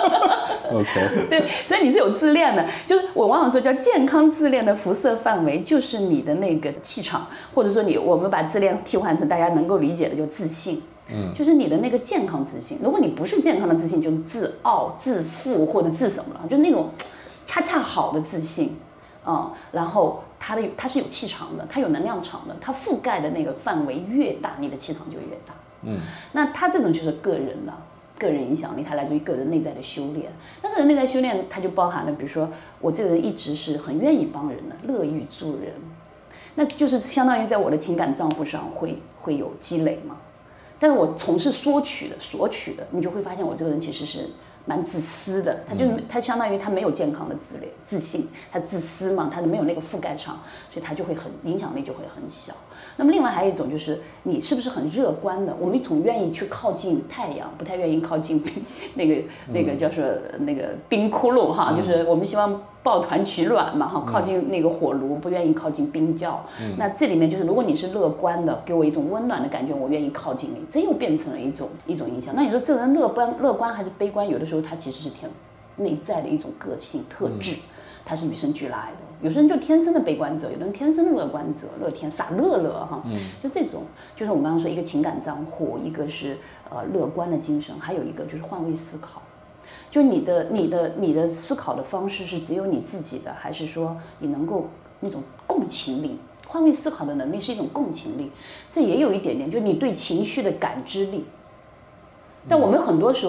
OK。 对，所以你是有自恋的，就是我往往说叫健康自恋的辐射范围，就是你的那个气场，或者说我们把自恋替换成大家能够理解的，就自信。就是你的那个健康自信。如果你不是健康的自信，就是自傲、自负或者自什么了，就是那种恰恰好的自信。然后它是有气场的，它有能量场的，它覆盖的那个范围越大，你的气场就越大。那它这种就是个人影响力，它来自于个人内在的修炼。那个人内在修炼，它就包含了，比如说我这个人一直是很愿意帮人的，乐于助人，那就是相当于在我的情感账户上会有积累嘛。但是我从事索取的，你就会发现我这个人其实是蛮自私的，他相当于他没有健康的自信，他自私嘛，他没有那个覆盖场，所以他就会影响力就会很小。那么另外还有一种就是你是不是很乐观的？我们总愿意去靠近太阳，不太愿意靠近那个叫做那个冰窟窿哈，就是我们希望抱团取暖嘛哈，靠近那个火炉，不愿意靠近冰窖。那这里面就是如果你是乐观的，给我一种温暖的感觉，我愿意靠近你，这又变成了一种影响。那你说这个人乐观还是悲观？有的时候他其实是内在的一种个性特质，它是与生俱来的。有些人就天生的悲观者，有的人天生的乐观者，乐天傻乐哈，就这种，就是我们刚刚说一个情感账户，一个是乐观的精神，还有一个就是换位思考。就你的思考的方式是只有你自己的，还是说你能够那种共情力？换位思考的能力是一种共情力，这也有一点点，就你对情绪的感知力。但我们很多时候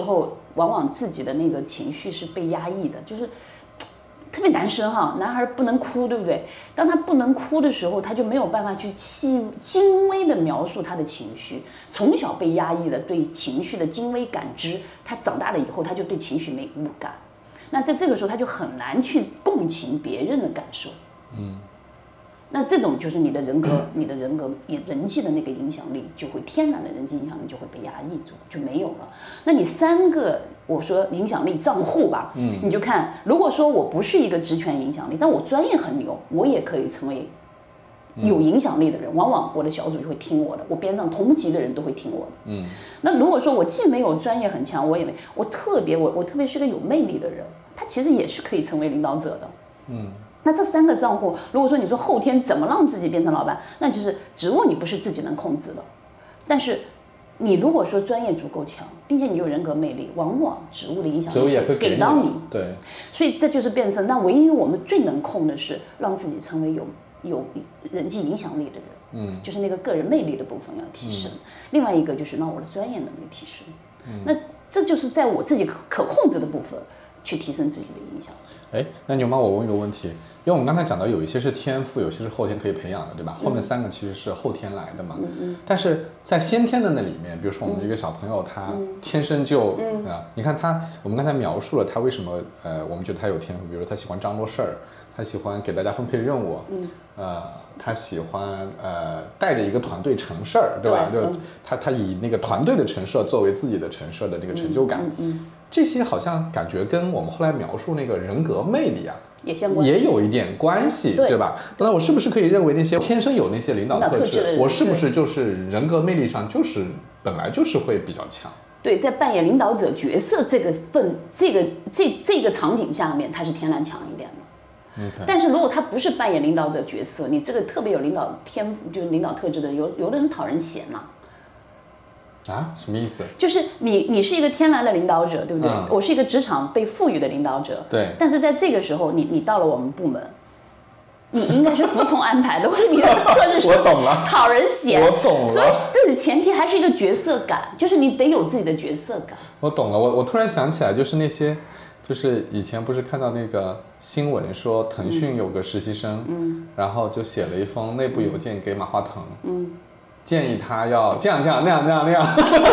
往往自己的那个情绪是被压抑的，就是特别男生哈，男孩不能哭，对不对？当他不能哭的时候，他就没有办法去精微的描述他的情绪，从小被压抑了对情绪的精微感知，他长大了以后，他就对情绪没无感。那在这个时候，他就很难去共情别人的感受。那这种就是你的人格人际的那个影响力，就会天然的人际影响力就会被压抑住，就没有了。那你3个我说影响力账户吧，你就看，如果说我不是一个职权影响力，但我专业很牛，我也可以成为有影响力的人，往往我的小组就会听我的，我边上同级的人都会听我的。那如果说我既没有专业很强，我特别是个有魅力的人，他其实也是可以成为领导者的。那这3个账户，如果说你说后天怎么让自己变成老板，那就是职务你不是自己能控制的，但是你如果说专业足够强，并且你有人格魅力，往往职务的影响力也会给到你。 对， 所以这就是变成，那唯一我们最能控的是让自己成为有人际影响力的人，就是那个个人魅力的部分要提升。另外一个就是让我的专业能力提升。那这就是在我自己可控制的部分去提升自己的影响。 那牛妈，我问一个问题，因为我们刚才讲到有一些是天赋，有些是后天可以培养的，对吧？后面3个其实是后天来的嘛。但是在先天的那里面，比如说我们一个小朋友，他天生就你看他，我们刚才描述了他为什么我们觉得他有天赋，比如说他喜欢张罗事儿，他喜欢给大家分配任务，他喜欢带着一个团队成事儿，对吧？就是他以那个团队的成事作为自己的成事的那个成就感。这些好像感觉跟我们后来描述那个人格魅力啊，也有一点关系，对吧？那我是不是可以认为那些天生有那些领导特质，我是不是就是人格魅力上就是本来就是会比较强？ 对，在扮演领导者角色这个场景下面，他是天然强一点的。但是如果他不是扮演领导者角色，你这个特别有领导天赋，就是领导特质的，有的人讨人嫌呐。 什么意思？ 就是你是一个天然的领导者，对不对？我是一个职场被赋予的领导者， 对。 但是在这个时候，你到了我们部门，你应该是服从安排的，或者你的特质是讨人嫌， 我懂了。 所以这个前提还是一个角色感，就是你得有自己的角色感。 我懂了，我突然想起来，就是那些，就是以前不是看到那个新闻说腾讯有个实习生，然后就写了一封内部邮件给马化腾，建议他要这样那样，然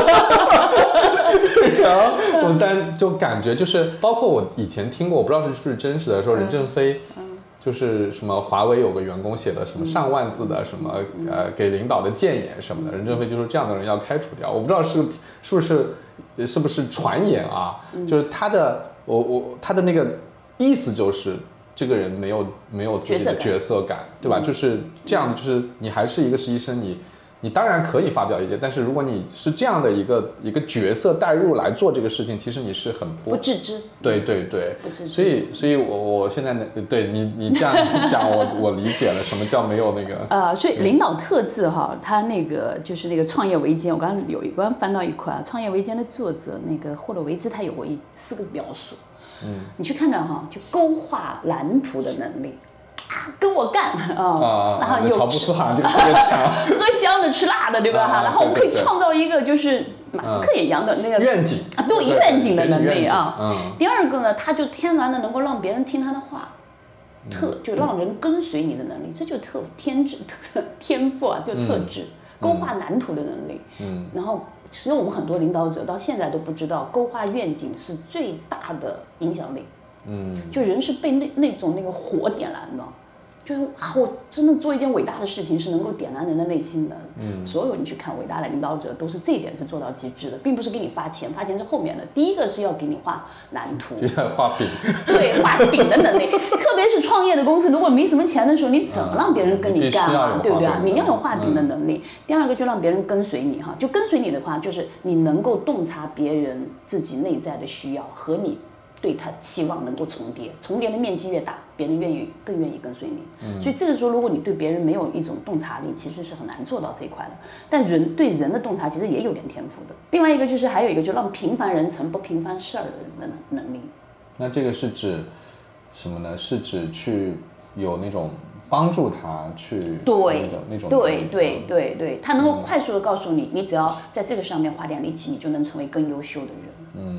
后但就感觉就是包括我以前听过，我不知道是不是真实的，说任正非就是什么华为有个员工写的什么上万字的什么给领导的谏言什么的，任正非就是这样的人要开除掉。我不知道是不是传言啊，就是他的那个意思就是这个人没有自己的角色感，对吧？就是这样，就是你还是一个实习生，你当然可以发表意见，但是如果你是这样的一个角色带入来做这个事情，其实你是很不自知。对， 不自知。 所以我现在对你这样讲，我理解了什么叫没有那个所以领导特质哈，他那个就是那个创业维艰，我刚刚翻到一块创业维艰的作者那个霍洛维兹，他有过4个描述，你去看看哈，就勾画蓝图的能力。跟我干然后有乔布斯好像这个特别强， 喝香的吃辣的，对吧？然后我们可以创造一个就是马斯克也一样的那个愿景对愿景的能力啊。第二个呢，他就天然的能够让别人听他的话，就让人跟随你的能力，这就天赋啊，就特质，勾画蓝图的能力。然后其实我们很多领导者到现在都不知道，勾画愿景是最大的影响力。就人是被那个火点燃的，就是我真的做一件伟大的事情是能够点燃人的内心的。所有你去看伟大的领导者，都是这一点是做到极致的，并不是给你发钱是后面的。第一个是要给你画蓝图， 画饼， 对，画饼的能力。特别是创业的公司，如果没什么钱的时候，你怎么让别人跟你干嘛，对不对？你要有画饼的能力。第二个就让别人跟随你哈，就跟随你的话，就是你能够洞察别人自己内在的需要和你对他的期望能够重叠的面积越大，别人更愿意跟随你。所以这个时候，如果你对别人没有一种洞察力，其实是很难做到这一块的。但人对人的洞察其实也有点天赋的。另外一个就是还有一个，就让平凡人成不平凡事儿的人的能力。 那这个是指什么呢？是指去有那种帮助他去那种对，他能够快速的告诉你，你只要在这个上面花点力气，你就能成为更优秀的人。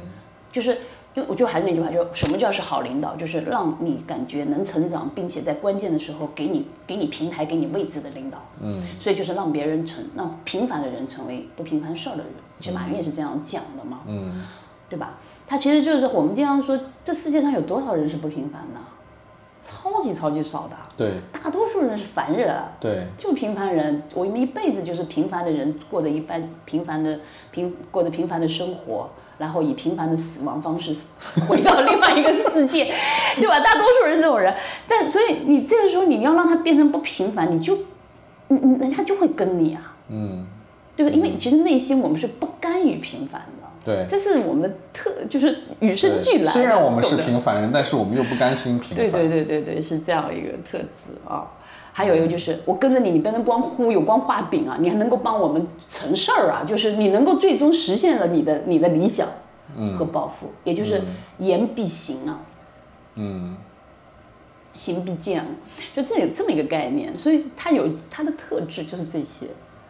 就是因为我就还是那句话，就什么叫是好领导，就是让你感觉能成长，并且在关键的时候给你平台、给你位置的领导。所以就是让让平凡的人成为不平凡事儿的人。其实马云也是这样讲的嘛，对吧？他其实就是我们经常说，这世界上有多少人是不平凡的？超级超级少的。 对， 大多数人是凡人啊。 对， 就平凡人，我们一辈子就是平凡的人，过着平凡的生活。然后以平凡的死亡方式回到另外一个世界，对吧？大多数人是这种人，但所以你这个时候你要让他变成不平凡，他就会跟你啊，对吧？因为其实内心我们是不甘于平凡的， 对， 这是我们就是与生俱来的。 虽然我们是平凡人，但是我们又不甘心平凡。 对，是这样一个特质啊。还有一个就是我跟着你不能光忽悠光画饼啊，你还能够帮我们成事儿啊，就是你能够最终实现了你的理想和抱负，也就是言必行啊，行必见，就这么一个概念，所以它有它的特质就是这些，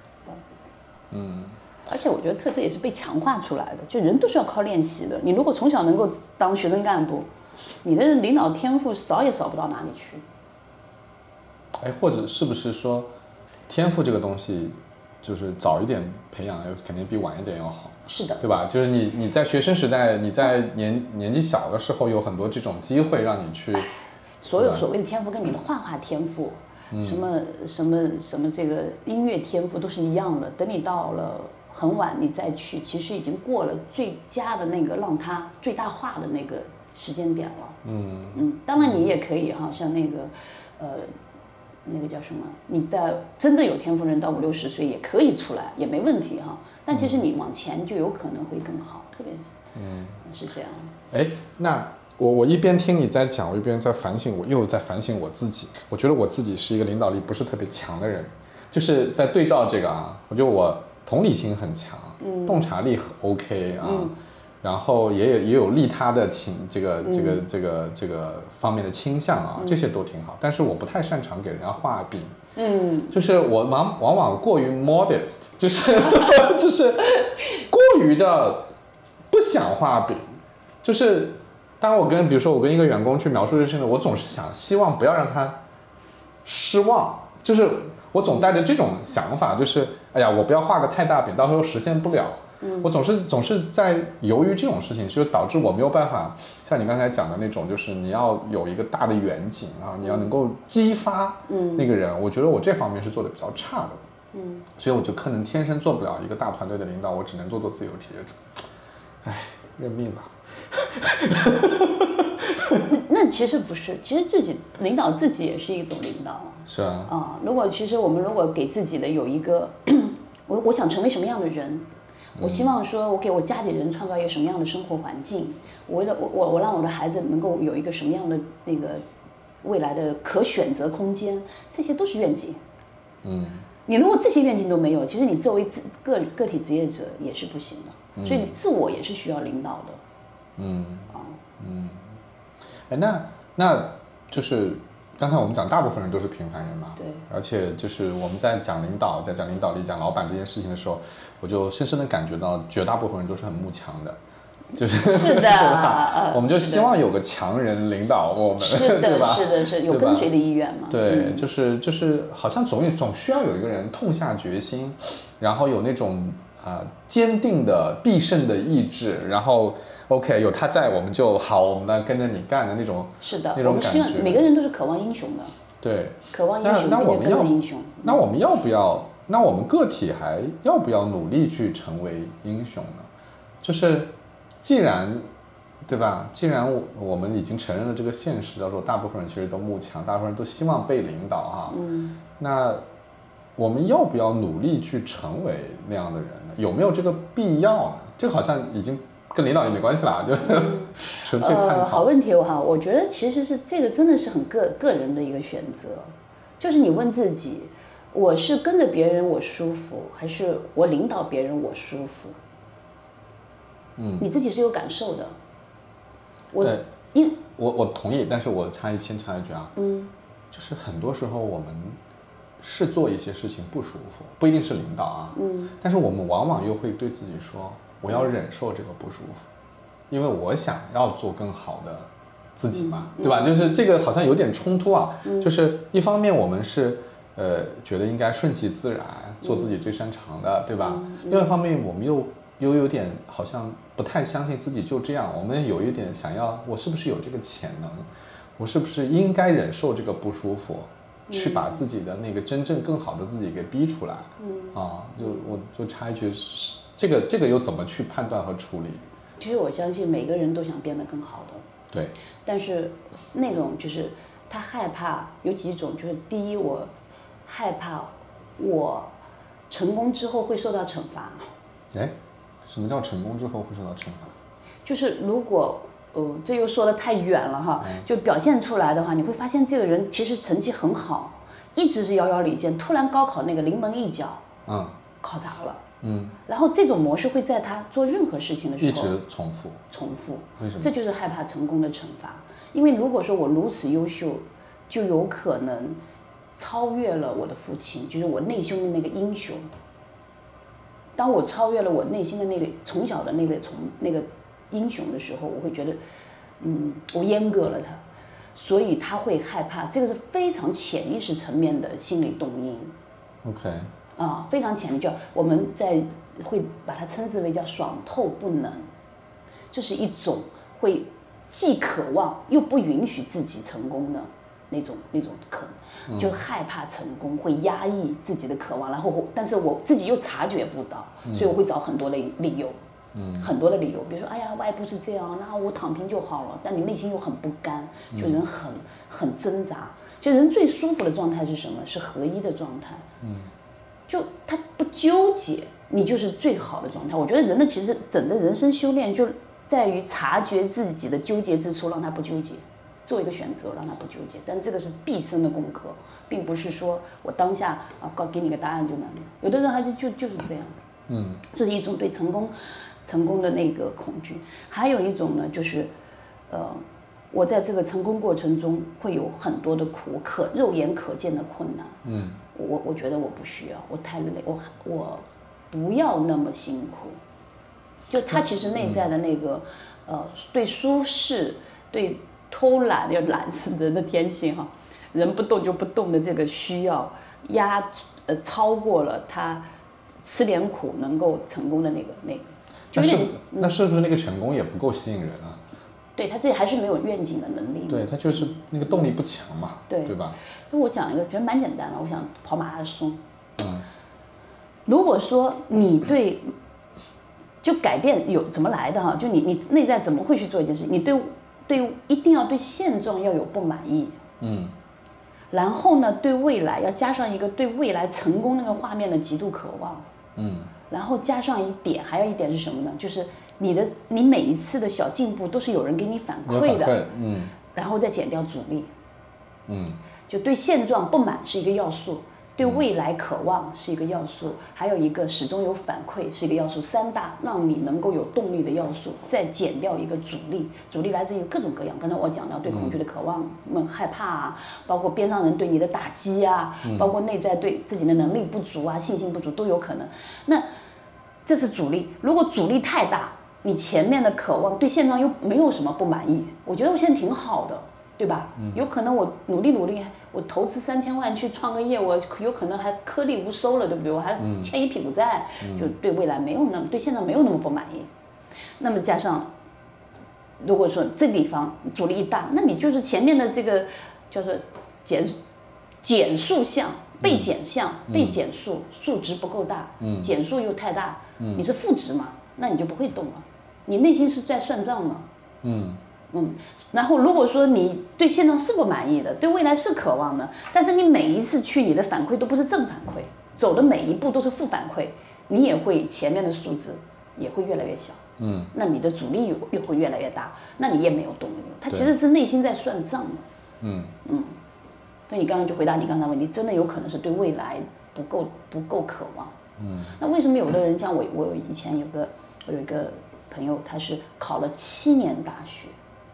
而且我觉得特质也是被强化出来的，就人都是要靠练习的，你如果从小能够当学生干部，你的领导天赋少也少不到哪里去。 或者是不是说，天赋这个东西，就是早一点培养，肯定比晚一点要好。 是的， 对吧？就是你在学生时代，你在年纪小的时候，有很多这种机会让你去。 所谓的天赋，跟你的画画天赋，什么这个音乐天赋都是一样的。等你到了很晚，你再去，其实已经过了最佳的那个让它最大化的那个时间点了。当然你也可以哈，像那个那个叫什么？你的真正有天赋人到50、60岁也可以出来，也没问题哈。但其实你往前就有可能会更好，特别是这样。 那我一边听你在讲，我一边在反省，我又在反省我自己。我觉得我自己是一个领导力不是特别强的人，就是在对照这个啊，我觉得我同理心很强，洞察力很 OK 啊。然后也有利他的这个方面的倾向啊，这些都挺好。但是我不太擅长给人家画饼，就是我往往过于 modest， 就是过于的不想画饼。就是当比如说我跟一个员工去描述这事情，我总是希望不要让他失望，就是我总带着这种想法，就是哎呀，我不要画个太大饼，到时候实现不了。我总是在由于这种事情，就导致我没有办法像你刚才讲的那种，就是你要有一个大的远景啊，你要能够激发那个人。我觉得我这方面是做的比较差的，所以我就可能天生做不了一个大团队的领导，我只能做自由职业者。认命吧。 那其实不是，其实领导自己也是一种领导。 是啊。 其实我们如果给自己的有一个，我想成为什么样的人。我希望说，我给我家里人创造一个什么样的生活环境，我让我的孩子能够有一个什么样的那个未来的可选择空间，这些都是愿景。你如果这些愿景都没有，其实你作为个体职业者也是不行的，所以你自我也是需要领导的。 那就是刚才我们讲，大部分人都是平凡人嘛。 对。 而且就是我们在讲领导、在讲领导力、讲老板这件事情的时候，我就深深的感觉到，绝大部分人都是很慕强的，就是是的， 对吧？我们就希望有个强人领导我们， 是的， 对吧？ 是有跟随的意愿嘛。 对，就是好像总需要有一个人痛下决心，然后有那种坚定的必胜的意志，然后 OK 有他在，我们就好，我们呢跟着你干的那种。 是的， 那种感觉。 我们希望每个人都是渴望英雄的。 对， 渴望英雄，并且跟着英雄。 那我们要不要？那我们个体还要不要努力去成为英雄呢？就是既然，对吧？既然我们已经承认了这个现实，到时候大部分人其实都慕强，大部分人都希望被领导哈。那我们要不要努力去成为那样的人呢？有没有这个必要呢？这个好像已经跟领导力没关系啦，就是纯粹探讨。 好问题哈，我觉得其实是这个真的是很个人的一个选择，就是你问自己，我是跟着别人我舒服，还是我领导别人我舒服？你自己是有感受的。 我同意，但是我先插一句啊，就是很多时候我们是做一些事情不舒服，不一定是领导啊，但是我们往往又会对自己说，我要忍受这个不舒服。 因为我想要做更好的自己嘛，对吧？就是这个好像有点冲突啊，就是一方面我们是觉得应该顺其自然，做自己最擅长的，对吧？另外一方面我们又有点好像不太相信自己就这样，我们有一点想要，我是不是有这个潜能？我是不是应该忍受这个不舒服，去把自己的那个真正更好的自己给逼出来？我就插一句，这个又怎么去判断和处理？ 其实我相信每个人都想变得更好的， 对。 但是那种就是他害怕有几种，就是第一，我害怕我成功之后会受到惩罚。 哎，什么叫成功之后会受到惩罚？ 就是如果这又说得太远了哈，就表现出来的话，你会发现这个人其实成绩很好，一直是遥遥领先，突然高考那个临门一脚，考砸了。然后这种模式会在他做任何事情的时候一直重复。为什么？ 这就是害怕成功的惩罚。因为如果说我如此优秀，就有可能超越了我的父亲，就是我内心的那个英雄。当我超越了我内心的那个从小的那个英雄的时候，我会觉得，我阉割了他，所以他会害怕。这个是非常潜意识层面的心理动因。 OK。 非常潜力，叫我们会把它称之为叫爽透不能，这是一种会既渴望又不允许自己成功的那种就害怕成功，会压抑自己的渴望，然后但是我自己又察觉不到，所以我会找很多的理由，很多的理由，比如说哎呀外部是这样，那我躺平就好了，但你内心又很不甘，就人很挣扎。就人最舒服的状态是什么？是合一的状态。就他不纠结，你就是最好的状态。我觉得人的其实整个人生修炼就在于察觉自己的纠结之处，让他不纠结，做一个选择，让他不纠结。但这个是毕生的功课，并不是说我当下给你个答案就能了。有的人还是就是这样。这是一种对成功的那个恐惧。还有一种呢，就是我在这个成功过程中会有很多的苦，肉眼可见的困难。我觉得我不需要，我太累，我不要那么辛苦。就他其实内在的那个对舒适、对偷懒有懒死人的天性哈，人不动就不动的这个需要超过了他吃点苦能够成功的那个。 那是不是那个成功也不够吸引人啊？ 对，他自己还是没有愿景的能力。 对，他就是那个动力不强嘛，对吧？ 那我讲一个觉得蛮简单的，我想跑马拉松。如果说你就改变怎么来的哈？就你内在怎么会去做一件事？你一定要对现状要有不满意。然后呢，对未来要加上一个对未来成功那个画面的极度渴望。然后加上还有一点是什么呢？就是你每一次的小进步都是有人给你反馈的，然后再减掉阻力，就对现状不满是一个要素，对未来渴望是一个要素，还有一个始终有反馈是一个要素，三大让你能够有动力的要素，再减掉一个阻力，阻力来自于各种各样。刚才我讲到对恐惧的渴望、害怕啊，包括边上人对你的打击啊，包括内在对自己的能力不足啊、信心不足都有可能。那这是阻力，如果阻力太大，你前面的渴望对现状又没有什么不满意，我觉得我现在挺好的，对吧？有可能我努力，我投资3000万去创个业，我有可能还颗粒无收了，对不对？我还欠一屁股债，就对未来对现在没有那么不满意。那么加上，如果说这地方阻力一大，那你就是前面的这个叫做减数项。被减项、被减数，数值不够大，减数又太大，你是负值嘛，那你就不会动了，你内心是在算账嘛，然后如果说你对现状是不满意的，对未来是渴望的，但是你每一次去你的反馈都不是正反馈，走的每一步都是负反馈，你也会前面的数字也会越来越小，那你的阻力又会越来越大，那你也没有动力，它其实是内心在算账的，所以你刚刚就回答你刚才问题，真的有可能是对未来不够渴望。那为什么有的人像我以前我有一个朋友，他是考了7年大学，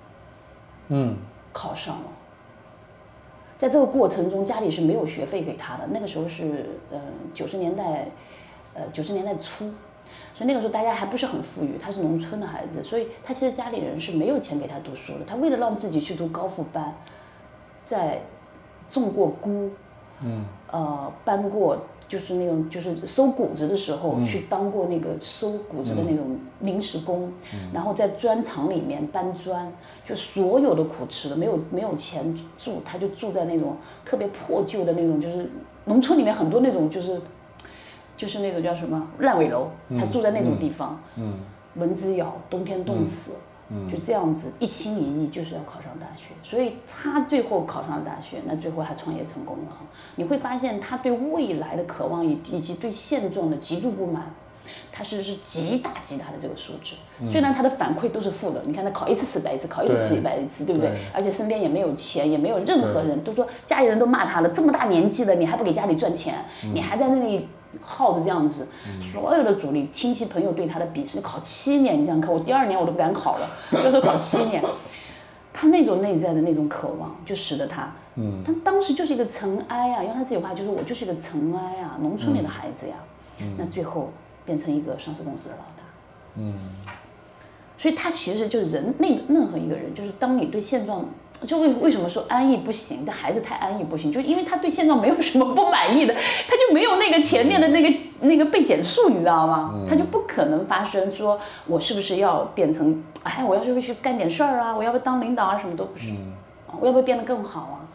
考上了。在这个过程中，家里是没有学费给他的。那个时候是90年代初， 所以那个时候大家还不是很富裕，他是农村的孩子，所以他其实家里人是没有钱给他读书的。他为了让自己去读高复班，在种过菇，搬过就是那种就是收谷子的时候，去当过那个收谷子的那种临时工，然后在砖厂里面搬砖，就所有的苦吃的，没有钱住，他就住在那种特别破旧的那种，就是农村里面很多那种就是那个叫什么烂尾楼，他住在那种地方，蚊子咬，冬天冻死，就这样子一心一意就是要考上大学，所以他最后考上了大学，那最后他创业成功了。你会发现他对未来的渴望以及对现状的极度不满，他是极大的这个素质。虽然他的反馈都是负的，你看他考一次失败一次，考一次失败一次，对不对？而且身边也没有钱，也没有任何人，都说家里人都骂他了，这么大年纪了，你还不给家里赚钱，你还在那里耗着这样子，所有的阻力，亲戚朋友对他的鄙视，考7年，你想想看，我第2年我都不敢考了，就说考7年，他那种内在的那种渴望，就使得他，他当时就是一个尘埃啊，用他自己话就是我就是一个尘埃啊，农村里的孩子呀，那最后变成一个上市公司的老大，所以他其实就是任何一个人，就是当你对现状。就为什么说安逸不行？但孩子太安逸不行，就因为他对现状没有什么不满意的，他就没有那个前面的那个被减数，你知道吗？他就不可能发生说我是不是要变成，哎，我要是不是去干点事儿啊？我要不要当领导啊？什么都不是，我要不要变得更好啊？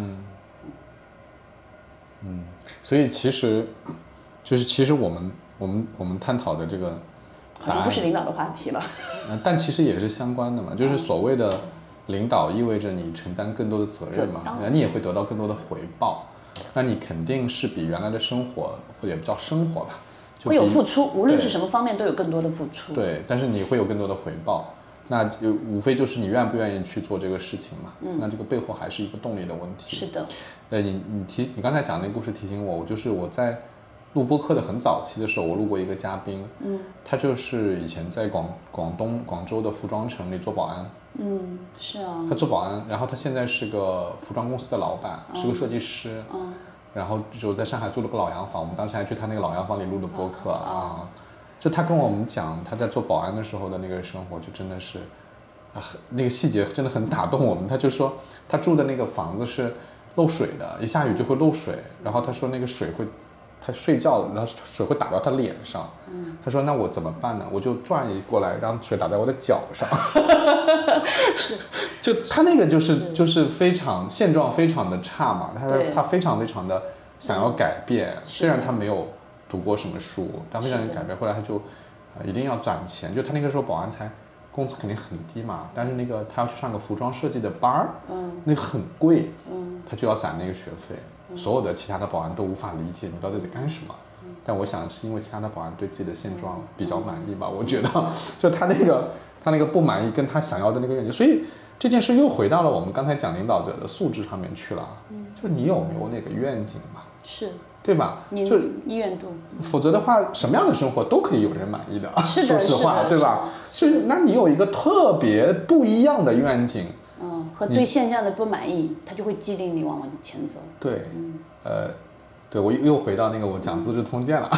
所以其实我们探讨的这个好像不是领导的话题了， 但其实也是相关的嘛，就是所谓的。领导意味着你承担更多的责任嘛，你也会得到更多的回报，那你肯定是比原来的生活，或者也不叫生活吧， 会有付出，无论是什么方面都有更多的付出。 对，但是你会有更多的回报，那无非就是你愿不愿意去做这个事情嘛。那这个背后还是一个动力的问题。 是的。 你刚才讲那个故事提醒我，就是我在录播客的很早期的时候，我录过一个嘉宾，他就是以前在广州的服装城里做保安。 是啊。 他做保安，然后他现在是个服装公司的老板，是个设计师。然后就在上海租了个老洋房，我们当时还去他那个老洋房里录的播客啊。就他跟我们讲他在做保安的时候的那个生活，就真的是，那个细节真的很打动我们。他就说他住的那个房子是漏水的，一下雨就会漏水，然后他说那个水会。他睡觉，然后水会打到他脸上。他说：“那我怎么办呢？我就转移过来，让水打在我的脚上。” 是， 就他那个就是非常现状非常的差嘛，他非常的想要改变，虽然他没有读过什么书，但非常想改变。后来他就一定要攒钱，就他那个时候保安才工资肯定很低嘛，但是那个他要去上个服装设计的班儿，那个很贵，他就要攒那个学费。所有的其他的保安都无法理解你到底在干什么，但我想是因为其他的保安对自己的现状比较满意吧，我觉得就他那个不满意跟他想要的那个愿景，所以这件事又回到了我们刚才讲领导者的素质上面去了，就你有没有那个愿景嘛， 是对吧？就意愿度， 否则的话什么样的生活都可以有人满意的， 是的说实话，对吧？就是那你有一个特别不一样的愿景。 和对现象的不满意，他就会激励你往前走。 对，对我又回到那个我讲《资治通鉴》了，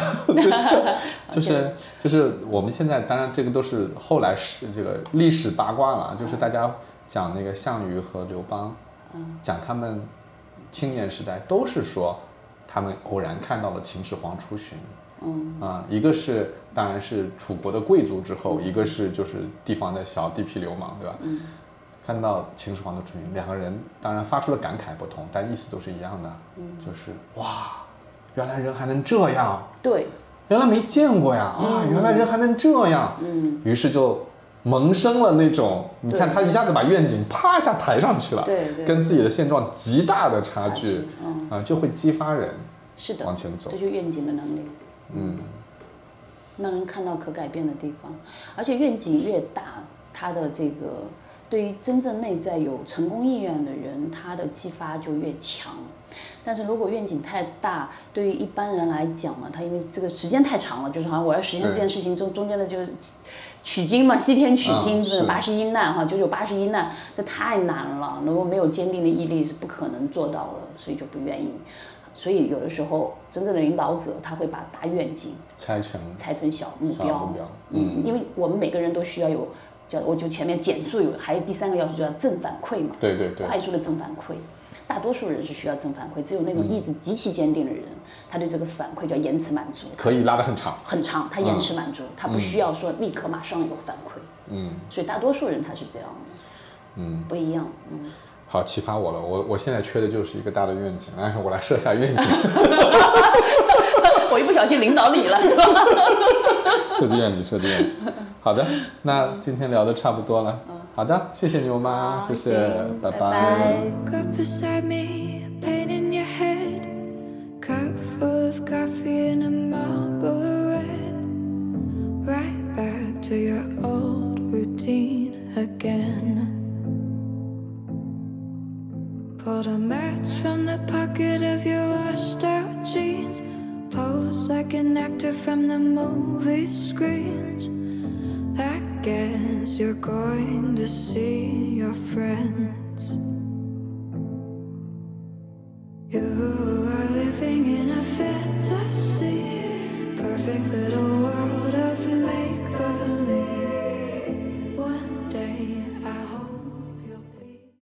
就是我们现在当然这个都是后来这个历史八卦了，就是大家讲那个项羽和刘邦，讲他们青年时代都是说他们偶然看到了秦始皇出巡，一个是当然是楚国的贵族之后，一个是就是地方的小地痞流氓，对吧？看到秦始皇的出巡，两个人当然发出了感慨不同，但意思都是一样的，就是哇，原来人还能这样， 对， 原来没见过呀，原来人还能这样，于是就萌生了那种，你看他一下子把愿景啪一下抬上去了， 对， 跟自己的现状极大的差距，就会激发人是的往前走， 这就是愿景的能力，让人看到可改变的地方，而且愿景越大，他的这个。对于真正内在有成功意愿的人，他的激发就越强。但是如果愿景太大，对于一般人来讲呢，他因为这个时间太长了，就是好像我要实现这件事情中间的就是取经嘛，西天取经，81难哈，981难，这太难了。如果没有坚定的毅力，是不可能做到了，所以就不愿意。 所以有的时候真正的领导者他会把大愿景拆成小目标。因为我们每个人都需要有我就前面减速还有第3个要素叫正反馈嘛， 对， 快速的正反馈。大多数人是需要正反馈，只有那种意志极其坚定的人，他对这个反馈叫延迟满足， 可以拉得很长， 他延迟满足，他不需要说立刻马上有反馈。所以大多数人他是这样的，不一样。 好，启发我了。我现在缺的就是一个大的愿景，但是我来设下愿景。 我一不小心领导你了，是吧？ 设计愿景。好的，那今天聊的差不多了。好的，谢谢牛妈，谢谢，拜拜。 Pulled a match from the pocket of your washed out jeans. Pose like an actor from the movie screens. I guess you're going to see your friend.